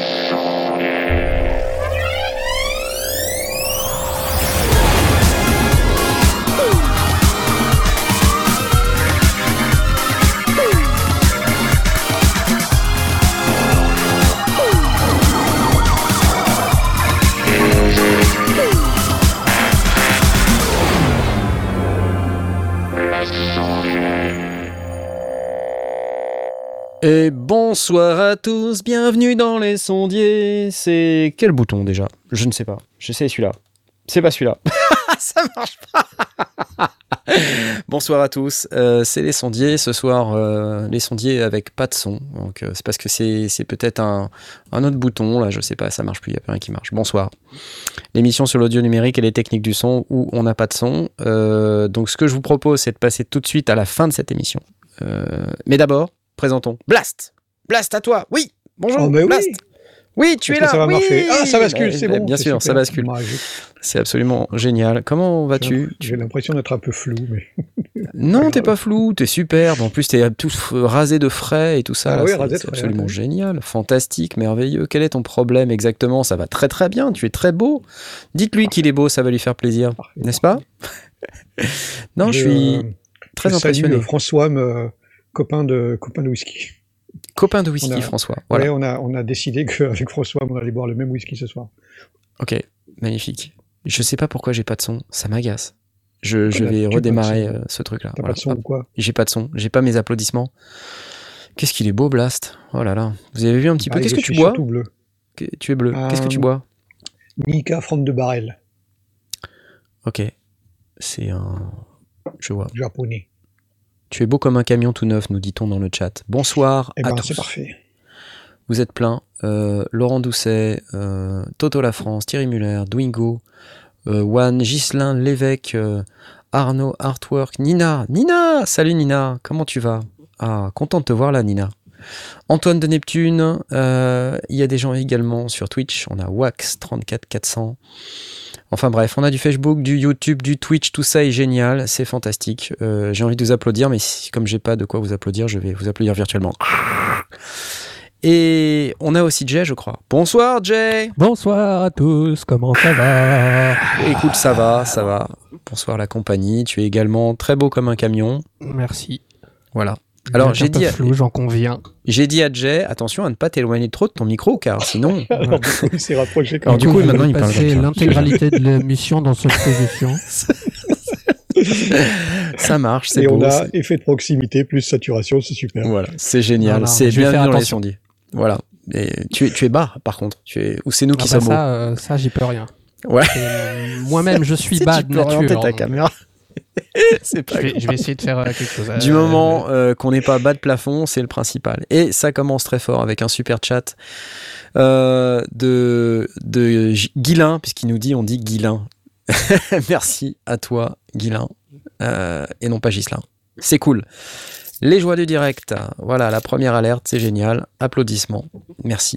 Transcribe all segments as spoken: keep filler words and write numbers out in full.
Et bonsoir à tous, bienvenue dans les sondiers. C'est quel bouton déjà? Je ne sais pas. J'essaie celui-là. C'est pas celui-là. Ça marche pas. Bonsoir à tous, euh, c'est les sondiers. Ce soir, euh, les sondiers avec pas de son. Donc euh, c'est parce que c'est, c'est peut-être un, un autre bouton. Là, je sais pas, ça marche plus, il n'y a plus rien qui marche. Bonsoir. L'émission sur l'audio numérique et les techniques du son où on n'a pas de son. Euh, donc ce que je vous propose, c'est de passer tout de suite à la fin de cette émission. Euh, mais d'abord, présentons Blast. Blast à toi. Oui. Bonjour. Oh, mais Blast. Oui. Oui, tu Est-ce es que là. Ça va oui. marcher. Ah, ça bascule, bah, c'est bah, bon. Bien c'est sûr, super. ça bascule. Magique. C'est absolument génial. Comment vas-tu? J'ai, j'ai l'impression d'être un peu flou, mais. Non, t'es pas flou, t'es superbe. En plus, t'es tout rasé de frais et tout ça. Ah là, oui, c'est, rasé de c'est frais, absolument ouais. génial, fantastique, merveilleux. Quel est ton problème exactement? Ça va très très bien. Tu es très beau. Dites-lui qu'il est beau, ça va lui faire plaisir, Parfait, n'est-ce parfait. pas? Non, je, je suis euh, très je impressionné. Salue François, me, copain de copain de whisky. Copain de whisky, On a- François. Voilà. Ouais, on a on a décidé qu'avec François, on allait boire le même whisky ce soir. Ok, magnifique. Je sais pas pourquoi j'ai pas de son, ça m'agace. Je, je T'as- vais tu as pas redémarrer de son. euh, ce truc-là. T'as Voilà. pas de son Hop. ou quoi? J'ai pas de son, j'ai pas mes applaudissements. Qu'est-ce qu'il est beau, Blast. Oh là là. Vous avez vu un petit peu? Pareil, Qu'est-ce je que tu suis bois? surtout bleu. Que- Tu es bleu. Qu'est-ce que tu Euh, bois? Nika Front de Barrel, Ok. C'est un... Je vois. japonais. Tu es beau comme un camion tout neuf, nous dit-on dans le chat. Bonsoir Eh à ben, tous. c'est parfait. Vous êtes plein. Euh, Laurent Doucet, euh, Toto La France, Thierry Muller, Dwingo, euh, Juan, Ghislain, Lévesque, euh, Arnaud, Artwork, Nina. Nina! Salut Nina, comment tu vas? Ah, content de te voir là, Nina. Antoine de Neptune, euh, il y a des gens également sur Twitch. On a Wax trente-quatre quatre cents. Enfin bref, on a du Facebook, du YouTube, du Twitch, tout ça est génial, c'est fantastique. Euh, j'ai envie de vous applaudir, mais si, comme j'ai pas de quoi vous applaudir, je vais vous applaudir virtuellement. Et on a aussi Jay, je crois. Bonsoir Jay. Bonsoir à tous, comment ça va? Écoute, ça va, ça va. Bonsoir la compagnie. Tu es également très beau comme un camion. Merci. Voilà. Alors Bien j'ai un peu dit, flou, j'en conviens. j'ai dit à Jay, attention à ne pas t'éloigner trop de ton micro, car sinon. Alors, du coup, il s'est rapproché quand Alors, du même. coup, je vais maintenant, il parle passer comme ça. l'intégralité de l'émission dans cette position. Ça marche, c'est Et beau. on a c'est- effet de proximité plus saturation, c'est super. Voilà, c'est génial. Non, non, c'est je vais bienvenue faire dans les attention. sondiers. Voilà. Et tu es, tu es bas, par contre. Tu es, ou c'est nous Ah qui bah sommes ça, euh, ça j'y peux rien. hauts. Ouais. Et, euh, moi-même, je suis Si bas tu de peux orienter nature. ta donc caméra. c'est Je pas vais, grave. je vais essayer de faire euh, quelque chose. Du Euh, moment euh, qu'on n'est pas bas de plafond, c'est le principal. Et ça commence très fort avec un super chat euh, de, de G- Guilain, puisqu'il nous dit, on dit Guilain. Merci à toi, Guilain, euh, et non pas Ghislain. C'est cool. Les joies du direct, voilà, la première alerte, c'est génial. Applaudissements, merci.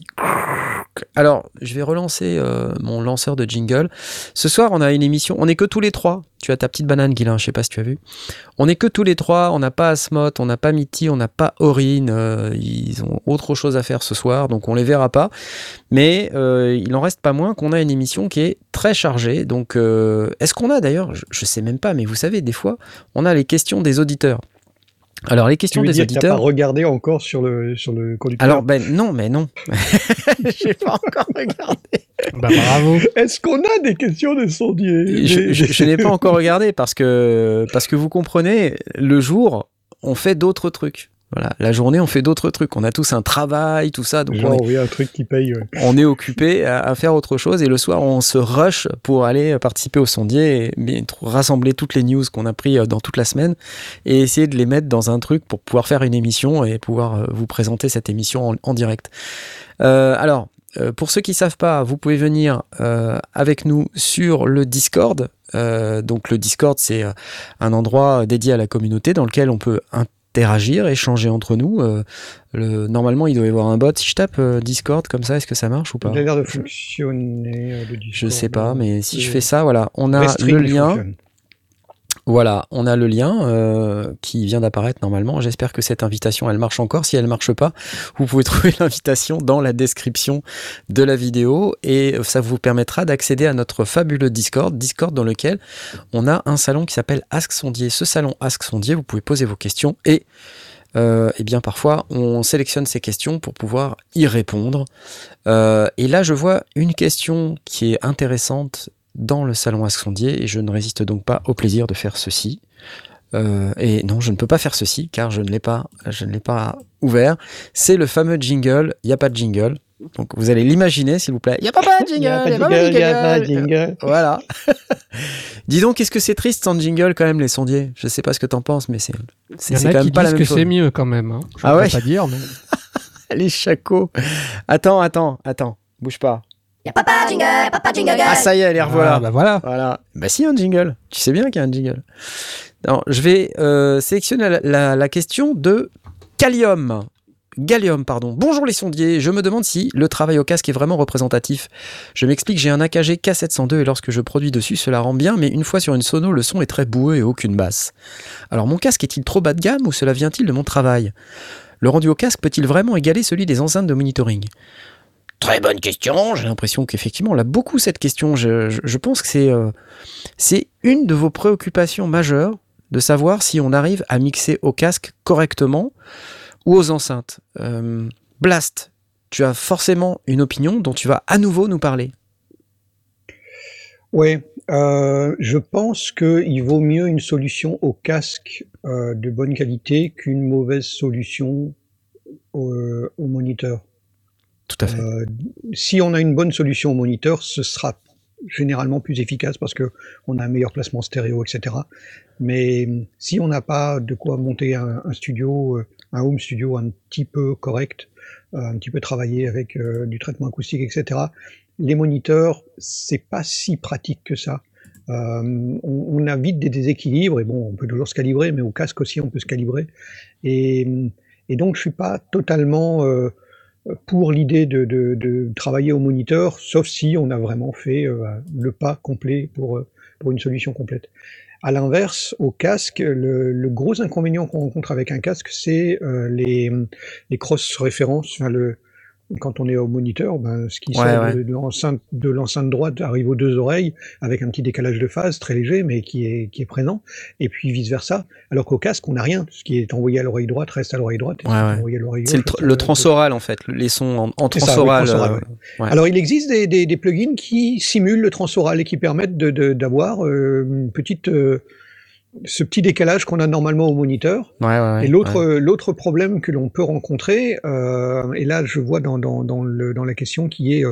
Alors, je vais relancer euh, mon lanceur de jingle. Ce soir, on a une émission, on n'est que tous les trois. Tu as ta petite banane, Guilain, je sais pas si tu as vu. On n'est que tous les trois, on n'a pas Asmoth, on n'a pas Mitty, on n'a pas Aurine. Euh, ils ont autre chose à faire ce soir, donc on les verra pas. Mais euh, il en reste pas moins qu'on a une émission qui est très chargée. Donc, euh, est-ce qu'on a d'ailleurs, je, je sais même pas, mais vous savez, des fois, on a les questions des auditeurs. Alors, les Tu questions veux des dire que t'as auditeurs. pas regardé encore sur le, sur le conducteur? Alors, ben non, mais non. J'ai pas encore regardé. Bah bravo. Est-ce qu'on a des questions de sondiers? Je, je- je n'ai pas encore regardé parce que, parce que vous comprenez, le jour, on fait d'autres trucs. Voilà, la journée, on fait d'autres trucs. On a tous un travail, tout ça, donc on Genre, est, oui, un truc qui paye. ouais. on est occupé à, à faire autre chose. Et le soir, on se rush pour aller participer au sondier et bien, rassembler toutes les news qu'on a pris dans toute la semaine et essayer de les mettre dans un truc pour pouvoir faire une émission et pouvoir euh, vous présenter cette émission en, en direct. Euh, alors, euh, pour ceux qui ne savent pas, vous pouvez venir euh, avec nous sur le Discord. Euh, donc le Discord, c'est euh, un endroit dédié à la communauté dans lequel on peut interagir, échanger entre nous. Euh, le, normalement, il doit y avoir un bot. Si je tape euh, Discord comme ça, est-ce que ça marche ou pas? Il a l'air de fonctionner, euh, le Discord. Je sais pas, mais si je Euh, fais ça, voilà, on a Restream, le il lien. fonctionne. Voilà, on a le lien euh, qui vient d'apparaître normalement. J'espère que cette invitation, elle marche encore. Si elle marche pas, vous pouvez trouver l'invitation dans la description de la vidéo et ça vous permettra d'accéder à notre fabuleux Discord, Discord dans lequel on a un salon qui s'appelle Ask Sondier. Ce salon Ask Sondier, vous pouvez poser vos questions et euh, eh bien parfois on sélectionne ces questions pour pouvoir y répondre. Euh, et là, je vois une question qui est intéressante dans le salon Ask Sondier et je ne résiste donc pas au plaisir de faire ceci. Euh, et non, je ne peux pas faire ceci car je ne l'ai pas, je ne l'ai pas ouvert. C'est le fameux jingle. Il n'y a pas de jingle. Donc vous allez l'imaginer, s'il vous plaît. Il n'y a pas de jingle. Il n'y a pas de jingle. Voilà. Dis donc, qu'est-ce que c'est triste sans jingle quand même, les sondiers. Je ne sais pas ce que t'en penses, mais c'est, c'est, c'est quand même pas la même chose. Il y en a qui disent que c'est mieux quand même. Hein. Je ah ne ouais. peux pas dire. Mais... les chacos. Attends, attends, attends. Bouge pas. Y'a pas pas jingle, y'a pas pas jingle. Ah ça y est, les revoilà. Ah, bah voilà. Voilà. Bah si, un jingle. Tu sais bien qu'il y a un jingle. Alors, je vais euh, sélectionner la, la, la question de Gallium. Gallium, pardon. Bonjour les sondiers. Je me demande si le travail au casque est vraiment représentatif. Je m'explique, j'ai un A K G K sept cent deux et lorsque je produis dessus, cela rend bien, mais une fois sur une sono, le son est très boueux et aucune basse. Alors mon casque est-il trop bas de gamme ou cela vient-il de mon travail ? Le rendu au casque peut-il vraiment égaler celui des enceintes de monitoring ? Très bonne question. J'ai l'impression qu'effectivement, on a beaucoup cette question. Je, je, je pense que c'est, euh, c'est une de vos préoccupations majeures de savoir si on arrive à mixer au casque correctement ou aux enceintes. Euh, Blast, tu as forcément une opinion dont tu vas à nouveau nous parler. Oui, euh, je pense qu'il vaut mieux une solution au casque euh, de bonne qualité qu'une mauvaise solution au, au moniteur. Tout à fait. Euh, si on a une bonne solution au moniteur, ce sera généralement plus efficace parce que on a un meilleur placement stéréo, et cetera. Mais si on n'a pas de quoi monter un, un studio, un home studio un petit peu correct, un petit peu travaillé avec euh, du traitement acoustique, et cetera, les moniteurs, c'est pas si pratique que ça. Euh, on, on a vite des déséquilibres, et bon, on peut toujours se calibrer, mais au casque aussi, on peut se calibrer. Et, et donc, je suis pas totalement euh, pour l'idée de, de, de travailler au moniteur, sauf si on a vraiment fait euh, le pas complet pour, pour une solution complète. À l'inverse, au casque, le, le gros inconvénient qu'on rencontre avec un casque, c'est euh, les, les cross-références. Enfin, le, quand on est au moniteur, ben, ce qui ouais, sort ouais. de, de, l'enceinte, de l'enceinte droite arrive aux deux oreilles, avec un petit décalage de phase très léger, mais qui est, qui est présent, et puis vice-versa. Alors qu'au casque, on n'a rien. Ce qui est envoyé à l'oreille droite reste à l'oreille droite. Et ouais, ce qui ouais. est envoyé à l'oreille gauche, c'est le, tr- le transoral, en fait. Les sons en, en transoral. Ça, oui, transoral euh, ouais. ouais. Alors, il existe des, des, des plugins qui simulent le transoral et qui permettent de, de, d'avoir euh, une petite... Euh, ce petit décalage qu'on a normalement au moniteur. Ouais, ouais, ouais, et l'autre, ouais. l'autre problème que l'on peut rencontrer, euh, et là je vois dans, dans, dans, le, dans la question qui est euh,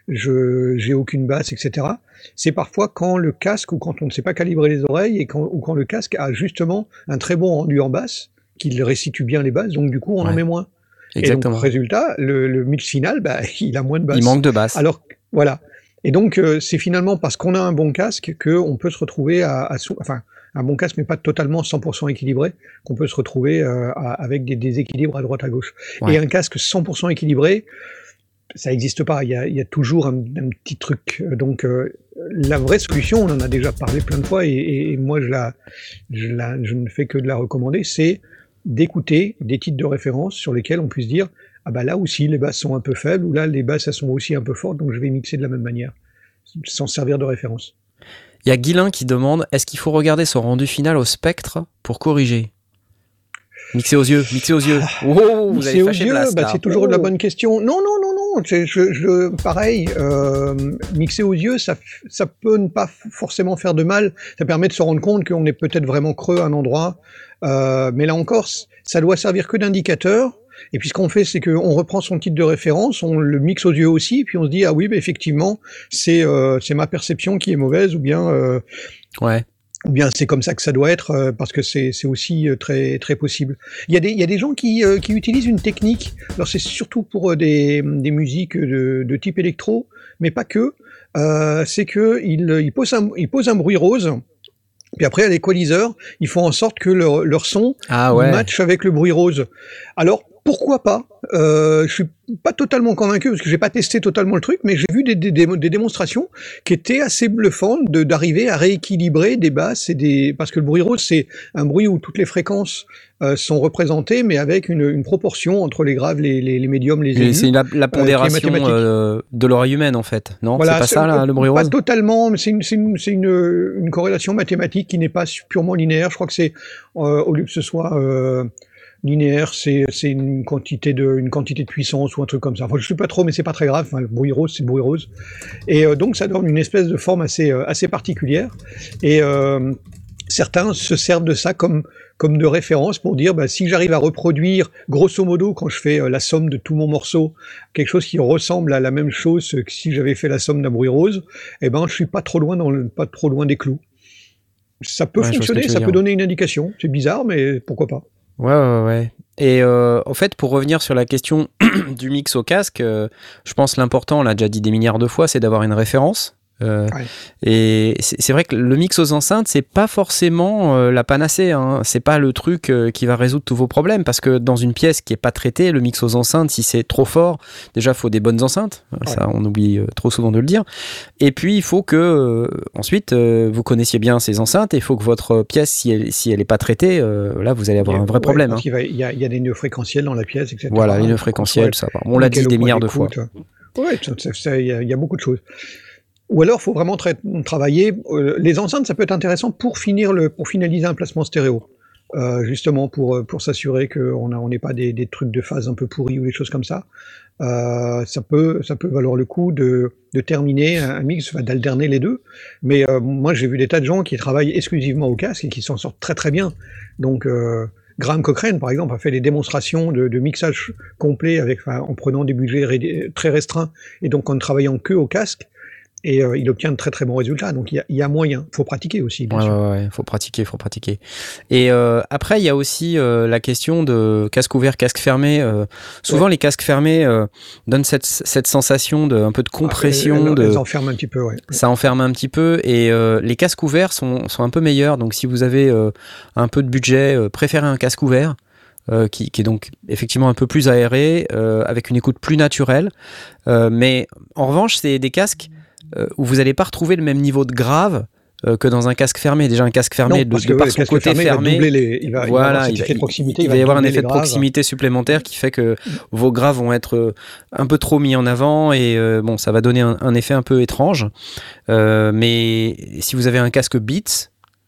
je, j'ai aucune basse, et cetera, c'est parfois quand le casque, ou quand on ne sait pas calibrer les oreilles, et quand, ou quand le casque a justement un très bon rendu en basse, qu'il restitue bien les basses, donc du coup on ouais. en met moins. Exactement. Et donc résultat, le, le mix final, bah, il a moins de basse. Il manque de basse. Alors, voilà. Et donc euh, c'est finalement parce qu'on a un bon casque qu'on peut se retrouver à... à sou- enfin, un bon casque, mais pas totalement cent pour cent équilibré, qu'on peut se retrouver euh, à, avec des déséquilibres à droite à gauche. Ouais. Et un casque cent pour cent équilibré, ça n'existe pas. Il y a, il y a toujours un, un petit truc. Donc, euh, la vraie solution, on en a déjà parlé plein de fois, et, et, et moi, je, la, je, la, je ne fais que de la recommander, c'est d'écouter des titres de référence sur lesquels on puisse dire « Ah bah là aussi, les basses sont un peu faibles, ou là, les basses, elles sont aussi un peu fortes, donc je vais mixer de la même manière. » Sans servir de référence. Il y a Guilain qui demande, est-ce qu'il faut regarder son rendu final au spectre pour corriger ? Mixer aux yeux, mixer aux yeux. Oh, vous avez fâché Blast, bah, c'est toujours oh. la bonne question. Non, non, non, non. Je, je, je, pareil, euh, mixer aux yeux, ça, ça peut ne pas forcément faire de mal. Ça permet de se rendre compte qu'on est peut-être vraiment creux à un endroit. Euh, mais là encore, ça doit servir que d'indicateur. Et puis ce qu'on fait, c'est qu'on reprend son titre de référence, on le mixe aux yeux aussi, et puis on se dit ah oui, bah, effectivement, c'est euh, c'est ma perception qui est mauvaise, ou bien euh, ouais. ou bien c'est comme ça que ça doit être, euh, parce que c'est c'est aussi euh, très très possible. Il y a des il y a des gens qui euh, qui utilisent une technique. Alors c'est surtout pour euh, des des musiques de de type électro, mais pas que. Euh, c'est que ils ils posent un ils posent un bruit rose. Puis après, à l'équaliseur, ils font en sorte que leur, leur son ah ouais. matche avec le bruit rose. Alors, pourquoi pas ? Euh, je suis pas totalement convaincu parce que j'ai pas testé totalement le truc, mais j'ai vu des, des, des, des démonstrations qui étaient assez bluffantes de, d'arriver à rééquilibrer des basses et des, parce que le bruit rose c'est un bruit où toutes les fréquences euh, sont représentées, mais avec une, une proportion entre les graves, les, les, les médiums, les aigus. C'est la, la pondération euh, euh, de l'oreille humaine en fait, non? Voilà, c'est pas c'est, ça là, le bruit rose? Pas totalement, mais c'est une, c'est une, c'est une, une corrélation mathématique qui n'est pas purement linéaire. Je crois que c'est euh, au lieu que ce soit euh, linéaire, c'est, c'est une quantité de, une quantité de puissance ou un truc comme ça. Enfin, je sais pas trop, mais c'est pas très grave. Enfin, le bruit rose, c'est le bruit rose. Et euh, donc, ça donne une espèce de forme assez, euh, assez particulière. Et euh, certains se servent de ça comme, comme de référence pour dire, bah, si j'arrive à reproduire, grosso modo, quand je fais euh, la somme de tout mon morceau, quelque chose qui ressemble à la même chose que si j'avais fait la somme d'un bruit rose, eh ben, je suis pas trop loin dans le, pas trop loin des clous. Ça peut ouais, fonctionner, ça dire. peut donner une indication. C'est bizarre, mais pourquoi pas. Ouais, ouais, ouais. Et euh, en fait, pour revenir sur la question du mix au casque, euh, je pense l'important, on l'a déjà dit des milliards de fois, c'est d'avoir une référence. Euh, ouais. Et c'est, c'est vrai que le mix aux enceintes, c'est pas forcément euh, la panacée, hein. C'est pas le truc euh, qui va résoudre tous vos problèmes, parce que dans une pièce qui est pas traitée, le mix aux enceintes, si c'est trop fort, déjà il faut des bonnes enceintes, ouais. Ça on oublie euh, trop souvent de le dire. Et puis il faut que euh, ensuite euh, vous connaissiez bien ces enceintes, et il faut que votre pièce, si elle, si elle est pas traitée, euh, là vous allez avoir un vrai ouais, problème. Parce hein. qu'il va, il y, a, il y a des nœuds fréquentiels dans la pièce, et cetera. Voilà, les nœuds fréquentiels, ça. On l'a dit des milliards de fois. Ouais, il y, y a beaucoup de choses. Ou alors, il faut vraiment tra- travailler. Euh, les enceintes, ça peut être intéressant pour finir le, pour finaliser un placement stéréo, euh, justement pour pour s'assurer qu'on a, on n'est pas des, des trucs de phase un peu pourris ou des choses comme ça. Euh, ça peut ça peut valoir le coup de de terminer un, un mix, enfin, d'alterner les deux. Mais euh, moi, j'ai vu des tas de gens qui travaillent exclusivement au casque et qui s'en sortent très très bien. Donc euh, Graham Cochrane, par exemple, a fait des démonstrations de, de mixage complet avec, enfin, en prenant des budgets ré- très restreints et donc en ne travaillant que au casque. Et euh, il obtient de très très bons résultats. Donc il y a, y a moyen. Il faut pratiquer aussi, bien ouais, sûr. Ouais, ouais, faut pratiquer, faut pratiquer. Et euh, après, il y a aussi euh, la question de casque ouvert, casque fermé. Euh, souvent, ouais. les casques fermés euh, donnent cette, cette sensation de un peu de compression. Ah, elles, de... elles enferment un petit peu, ouais. Ça enferme un petit peu. Et euh, les casques ouverts sont, sont un peu meilleurs. Donc si vous avez euh, un peu de budget, euh, préférez un casque ouvert. Euh, qui, qui est donc effectivement un peu plus aéré, euh, avec une écoute plus naturelle. Euh, mais en revanche, c'est des casques euh, où vous n'allez pas retrouver le même niveau de grave euh, que dans un casque fermé. Déjà, un casque fermé, non, de, de par son côté fermé, fermé va les, il va, voilà, il va, il va, il va y avoir un effet de proximité supplémentaire qui fait que vos graves vont être euh, un peu trop mis en avant et euh, bon, ça va donner un, un effet un peu étrange. Euh, mais si vous avez un casque Beats,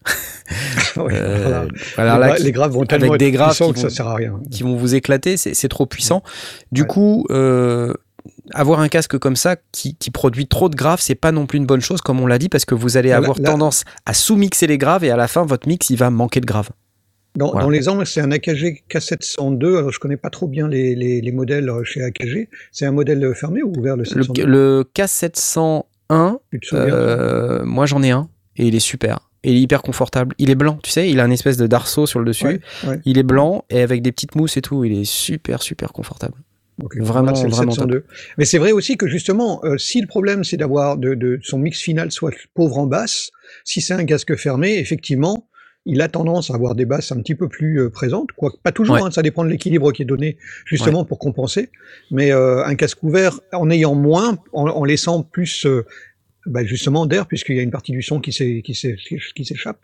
oui, euh, voilà. Alors les, là, gra- qui, les graves vont tellement avec des être graves puissants qui que vont, ça sert à rien. Qui vont vous éclater, c'est, c'est trop puissant. Du ouais. coup, euh, avoir un casque comme ça qui, qui produit trop de graves, c'est pas non plus une bonne chose, comme on l'a dit, parce que vous allez là, avoir là, tendance à sous-mixer les graves et à la fin, votre mix, il va manquer de graves. Dans, voilà. dans les angles, c'est un A K G K sept cent deux. Alors, je connais pas trop bien les, les, les modèles chez A K G. C'est un modèle fermé ou ouvert, le sept cent deux? Le, le K sept cent un, euh, moi j'en ai un et il est super. Et il est hyper confortable. Il est blanc, tu sais, il a une espèce de d'arceau sur le dessus. Ouais, ouais. Il est blanc et avec des petites mousses et tout. Il est super, super confortable. Okay. Vraiment, là, c'est vraiment le sept cent deux. Top. Mais c'est vrai aussi que justement, euh, si le problème c'est d'avoir de, de son mix final soit pauvre en basse, si c'est un casque fermé, effectivement, il a tendance à avoir des basses un petit peu plus euh, présentes, quoique pas toujours, ouais. hein, ça dépend de l'équilibre qui est donné justement ouais. pour compenser. Mais euh, un casque ouvert, en ayant moins, en, en laissant plus euh, bah justement d'air, puisqu'il y a une partie du son qui, s'est, qui, s'est, qui s'échappe,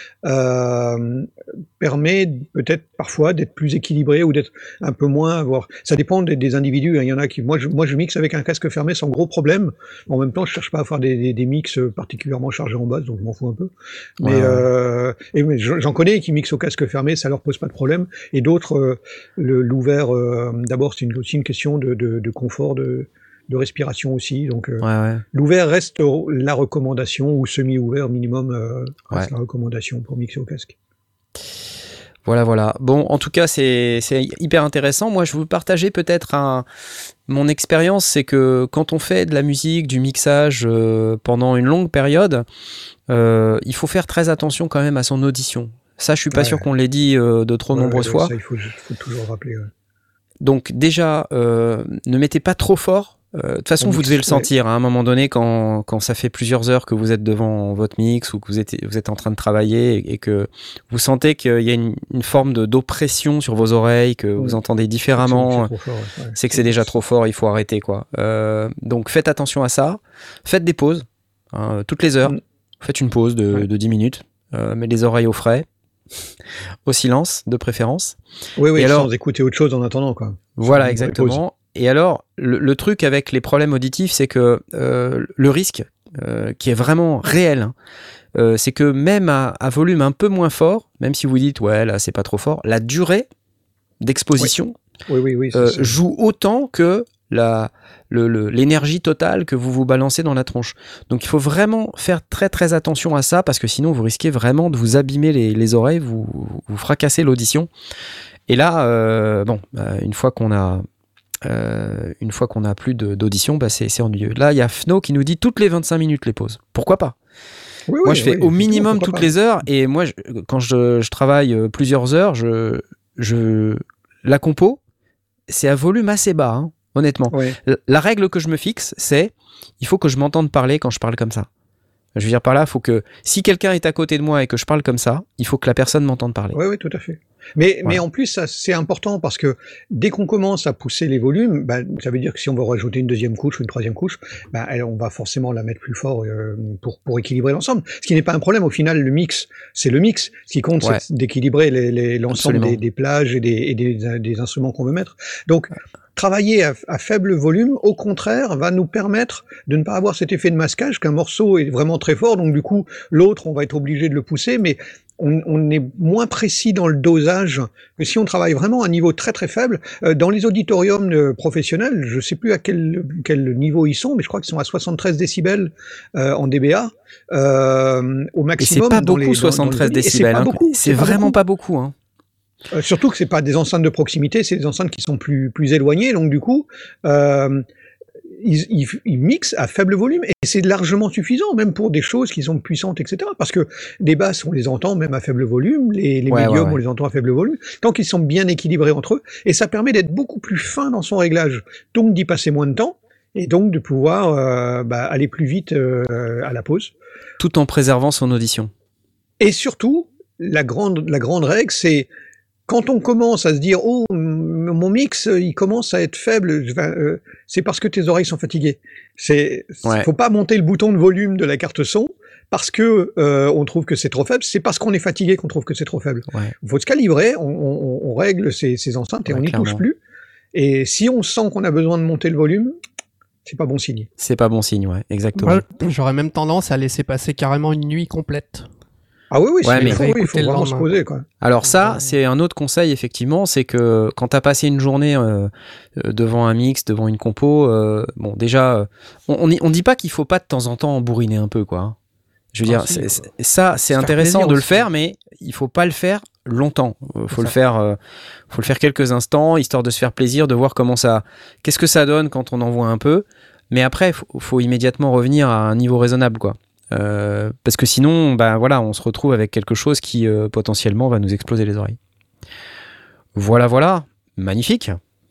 euh, permet peut-être parfois d'être plus équilibré ou d'être un peu moins avoir. Ça dépend des, des individus. Hein. Il y en a qui, moi, je, moi, je mixe avec un casque fermé sans gros problème. En même temps, je cherche pas à faire des, des, des mix particulièrement chargés en basse, donc je m'en fous un peu. Mais, ouais, ouais. Euh, et, mais j'en connais qui mixent au casque fermé, ça leur pose pas de problème. Et d'autres, euh, le, l'ouvert, euh, d'abord, c'est une, aussi une question de, de, de confort, de de respiration aussi, donc euh, ouais, ouais. l'ouvert reste la recommandation, ou semi-ouvert minimum euh, reste ouais. la recommandation pour mixer au casque. Voilà, voilà. Bon, en tout cas, c'est, c'est hyper intéressant. Moi, je vais vous partager peut-être un... mon expérience, c'est que quand on fait de la musique, du mixage euh, pendant une longue période, euh, il faut faire très attention quand même à son audition. Ça, je suis pas ouais. sûr qu'on l'ait dit euh, de trop ouais, nombreuses ouais, fois. Ça, il faut, faut toujours rappeler. Ouais. Donc déjà, euh, ne mettez pas trop fort. Euh, de toute façon, Au vous mix, devez le ouais. sentir hein, à un moment donné quand, quand ça fait plusieurs heures que vous êtes devant votre mix ou que vous êtes, vous êtes en train de travailler et, et que vous sentez qu'il y a une, une forme de, d'oppression sur vos oreilles, que vous Ouais. entendez C'est différemment. c'est trop fort, ouais. Ouais. C'est que c'est déjà trop fort, il faut arrêter quoi. Euh, donc faites attention à ça, faites des pauses, hein, toutes les heures, Mm. faites une pause de, Ouais. de dix minutes, euh, mettez les oreilles au frais, au silence de préférence. Oui, oui, Et alors- sans écouter autre chose en attendant, quoi. Voilà, Une vraie exactement. Et alors, le, le truc avec les problèmes auditifs, c'est que euh, le risque, euh, qui est vraiment réel, hein, euh, c'est que même à, à volume un peu moins fort, même si vous dites, ouais, là, c'est pas trop fort, la durée d'exposition Oui, oui, oui. c'est euh, ça. joue autant que la, le, le- l'énergie totale que vous vous balancez dans la tronche. Donc il faut vraiment faire très très attention à ça parce que sinon vous risquez vraiment de vous abîmer les, les oreilles, vous, vous fracasser l'audition. Et là, euh, bon, bah, une fois qu'on a euh, une fois qu'on a plus de, d'audition, bah, c'est, c'est ennuyeux. Là, il y a Fno qui nous dit toutes les vingt-cinq minutes les pauses. Pourquoi pas ? Oui, Moi, oui, je fais oui, au effectivement, minimum pourquoi toutes pas. les heures et moi, je- quand je, je travaille euh, plusieurs heures, je, je la compo, c'est à volume assez bas, hein, honnêtement. Ouais. L- La règle que je me fixe, c'est il faut que je m'entende parler quand je parle comme ça. Je veux dire par là, faut que si quelqu'un est à côté de moi et que je parle comme ça, il faut que la personne m'entende parler. Oui, oui, tout à fait. Mais, Voilà. mais en plus, ça, c'est important parce que dès qu'on commence à pousser les volumes, bah, ça veut dire que si on veut rajouter une deuxième couche ou une troisième couche, bah, elle- on va forcément la mettre plus fort euh, pour, pour équilibrer l'ensemble. Ce qui n'est pas un problème. Au final, le mix, c'est le mix. Ce qui compte, Ouais. c'est d'équilibrer les, les, l'ensemble Absolument. des, des plages et, des, et des, des instruments qu'on veut mettre. Donc, travailler à, à faible volume, au contraire, va nous permettre de ne pas avoir cet effet de masquage qu'un morceau est vraiment très fort, donc du coup, l'autre, on va être obligé de le pousser, mais on, on est moins précis dans le dosage que si on travaille vraiment à un niveau très très faible. Euh, dans les auditoriums euh, professionnels, je sais plus à quel, quel niveau ils sont, mais je crois qu'ils sont à soixante-treize décibels euh, en dBA, euh, au Et maximum. c'est pas dans beaucoup les, dans- dans les soixante-treize audis. Et c'est décibels. pas hein. beaucoup, C'est pas vraiment beaucoup. pas beaucoup. Hein. Euh, surtout que c'est pas des enceintes de proximité, c'est des enceintes qui sont plus plus éloignées, donc du coup, euh, ils, ils, ils mixent à faible volume et c'est largement suffisant, même pour des choses qui sont puissantes, et cetera. Parce que des basses, on les entend même à faible volume, les, les Ouais, médiums, ouais, ouais. on les entend à faible volume, tant qu'ils sont bien équilibrés entre eux, et ça permet d'être beaucoup plus fin dans son réglage, donc d'y passer moins de temps, et donc de pouvoir euh, bah, aller plus vite euh, à la pause. Tout en préservant son audition. Et surtout, la grande, la grande règle, c'est quand on commence à se dire « Oh, m- mon mix, il commence à être faible enfin, euh, », c'est parce que tes oreilles sont fatiguées. C'est, Ouais. faut pas monter le bouton de volume de la carte son parce que euh, on trouve que c'est trop faible, c'est parce qu'on est fatigué qu'on trouve que c'est trop faible. Ouais. Il faut se calibrer, on, on, on règle ses, ses enceintes et Ouais, on n'y touche clairement. plus. Et si on sent qu'on a besoin de monter le volume, c'est pas bon signe. C'est pas bon signe, ouais, exactement. Moi, j'aurais même tendance à laisser passer carrément une nuit complète. Ah oui, oui, Ouais, c'est- mais- il faut, oui, il faut Réécouter le vraiment se lendemain. poser, quoi. Alors ça, Ouais. c'est un autre conseil, effectivement, c'est que quand tu as passé une journée euh, euh, devant un mix, devant une compo, euh, bon, déjà, euh, on, on, y- on dit pas qu'il faut pas de temps en temps bourriner un peu, quoi. hein. Je veux Ah, dire, si, c'est- quoi. c'est- ça, c'est Se faire intéressant plaisir de le aussi. faire, mais il faut pas le faire longtemps. Euh, C'est faut le ça. faire, euh, faut le faire quelques instants, histoire de se faire plaisir, de voir comment ça, qu'est-ce que ça donne quand on en voit un peu. Mais après, faut, faut immédiatement revenir à un niveau raisonnable, quoi. Euh, parce que sinon, bah voilà, on se retrouve avec quelque chose qui euh, potentiellement va nous exploser les oreilles. Voilà, voilà, magnifique.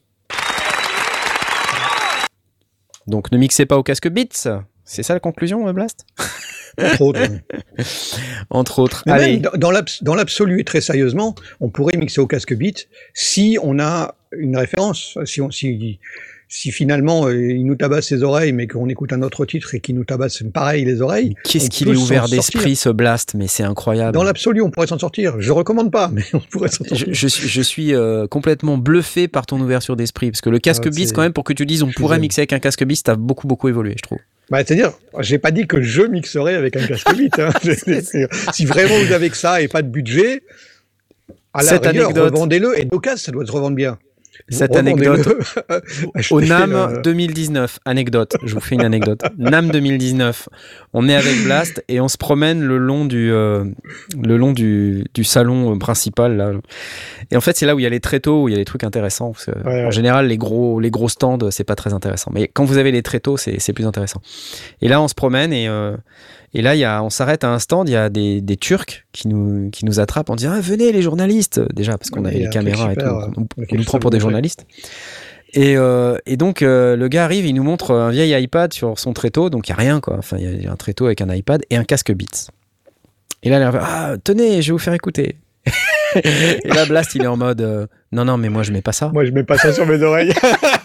Donc ne mixez pas au casque Beats. C'est ça la conclusion, euh, Blast ? Entre autres. Entre autres. Mais Allez. même dans- dans l'abs- dans l'absolu et très sérieusement, on pourrait mixer au casque beat si on a une référence. Si, on, si, si finalement euh, il nous tabasse ses oreilles, mais qu'on écoute un autre titre et qu'il nous tabasse pareil les oreilles, Mais Qu'est-ce on qu'il peut est s'en ouvert sortir. d'esprit ce Blast, mais c'est incroyable. Dans l'absolu, on pourrait s'en sortir. Je recommande pas, mais on pourrait s'en sortir. Je, je suis, je suis euh, complètement bluffé par ton ouverture d'esprit, parce que le casque Ah, Beats, c'est- quand même, pour que tu dises on je pourrait suis- mixer avec un casque Beats, t'as beaucoup beaucoup évolué, je trouve. Bah, c'est-à-dire, j'ai pas dit que je mixerais avec un casque beat. Hein. C'est- si vraiment vous avez que ça et pas de budget, à la Cette rigueur, anecdote- revendez-le. Et d'occasion, ça doit se revendre bien. Cette Revendez-le. anecdote Achetez, Au NAM euh, deux mille dix-neuf, anecdote, je vous fais une anecdote. NAM deux mille dix-neuf, on est avec Blast et on se promène le long du, euh, le long du, du salon principal. Là. Et en fait, c'est là où il y a les tréteaux, où il y a les trucs intéressants. Parce que, Ouais, en ouais. général, les gros, les gros stands, c'est pas très intéressant. Mais quand vous avez les tréteaux, c'est, c'est plus intéressant. Et là, on se promène et, euh, et là, il y a, on s'arrête à un stand, il y a des, des Turcs qui nous, qui nous attrapent en disant ah, venez les journalistes, déjà parce qu'on Ouais, avait il y les a un truc caméras et super, tout, euh, on, on lequel nous je prend peux pour vous des montrer. journalistes. Et, euh, et donc, euh, le gars arrive, il nous montre un vieil iPad sur son tréteau, donc il n'y a rien, quoi. Enfin, il y a un tréteau avec un iPad et un casque Beats. Et là, il a ah, tenez, je vais vous faire écouter. Et là, Blast, il est en mode euh, non, non, mais moi, je mets pas ça. Moi, je mets pas ça sur mes oreilles.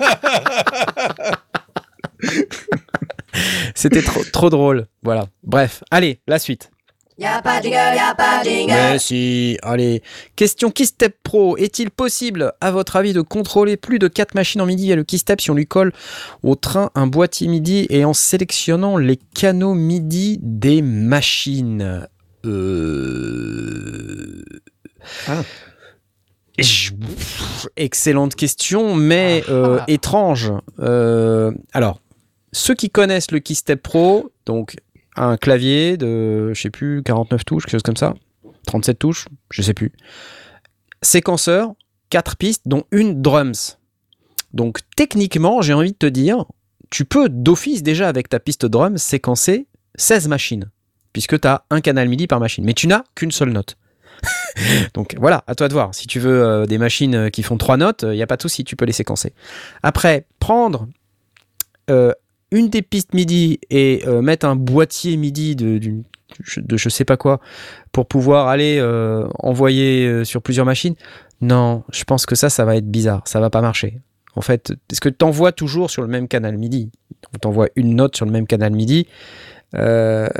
C'était trop, trop drôle. Voilà. Bref, allez, la suite. Y'a pas de jingle, y'a pas de jingle. Mais si, allez. Question KeyStep Pro. Est-il possible, à votre avis, de contrôler plus de quatre machines en MIDI via le KeyStep si on lui colle au train un boîtier MIDI et en sélectionnant les canaux MIDI des machines? Euh... Ah. Je... Excellente question, mais euh, étrange. Euh, alors, ceux qui connaissent le KeyStep Pro, donc un clavier de, je sais plus, quarante-neuf touches, quelque chose comme ça, trente-sept touches, je sais plus. Séquenceur, quatre pistes, dont une drums. Donc techniquement, j'ai envie de te dire, tu peux d'office déjà avec ta piste drums séquencer seize machines, puisque tu as un canal MIDI par machine, mais tu n'as qu'une seule note. Donc voilà, à toi de voir. Si tu veux euh, des machines qui font trois notes, il euh, n'y a pas de souci, tu peux les séquencer. Après, prendre euh, une des pistes MIDI et euh, mettre un boîtier MIDI de, de, de je sais pas quoi pour pouvoir aller euh, envoyer euh, sur plusieurs machines, non, je pense que ça, ça va être bizarre, ça va pas marcher. En fait, est-ce que tu envoies toujours sur le même canal MIDI? Tu envoies une note sur le même canal MIDI. Euh,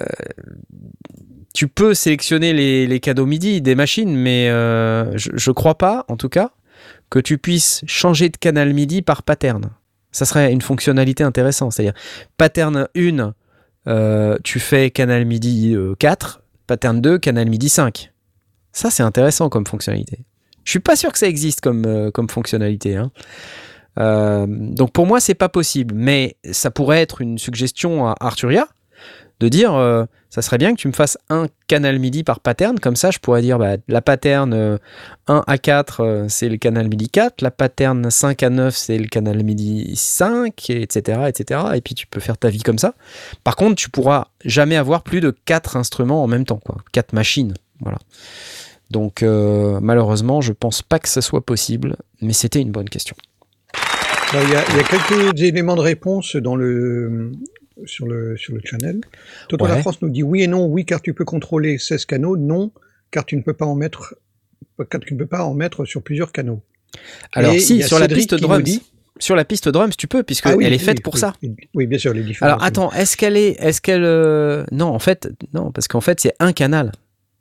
tu peux sélectionner les, les canaux MIDI des machines, mais euh, je, je crois pas, en tout cas, que tu puisses changer de canal MIDI par pattern. Ça serait une fonctionnalité intéressante. C'est-à-dire, pattern un, euh, tu fais canal MIDI euh, quatre, pattern deux, canal MIDI cinq. Ça, c'est intéressant comme fonctionnalité. Je suis pas sûr que ça existe comme, euh, comme fonctionnalité. Hein. Euh, donc, pour moi, c'est pas possible. Mais ça pourrait être une suggestion à Arturia de dire, euh, ça serait bien que tu me fasses un canal MIDI par pattern, comme ça je pourrais dire, bah, la pattern euh, un à quatre, euh, c'est le canal MIDI quatre, la pattern cinq à neuf, c'est le canal MIDI cinq, et cetera, et cetera. Et puis tu peux faire ta vie comme ça. Par contre, tu pourras jamais avoir plus de quatre instruments en même temps, quoi, quatre machines, voilà. Donc euh, malheureusement, je pense pas que ça soit possible, mais c'était une bonne question. Il y, y a quelques éléments de réponse dans le... Sur le, sur le channel. Toto ouais. La France nous dit oui et non, oui car tu peux contrôler seize canaux, non car tu ne peux pas en mettre, car tu ne peux pas en mettre sur plusieurs canaux. Alors et si, sur la piste drums, dit... sur la piste drums, tu peux, puisque ah, oui, elle est faite oui, pour oui, ça. Oui, bien sûr, les différents. Alors attends, est-ce qu'elle est, est-ce qu'elle, euh... non, en fait, non, parce qu'en fait c'est un canal.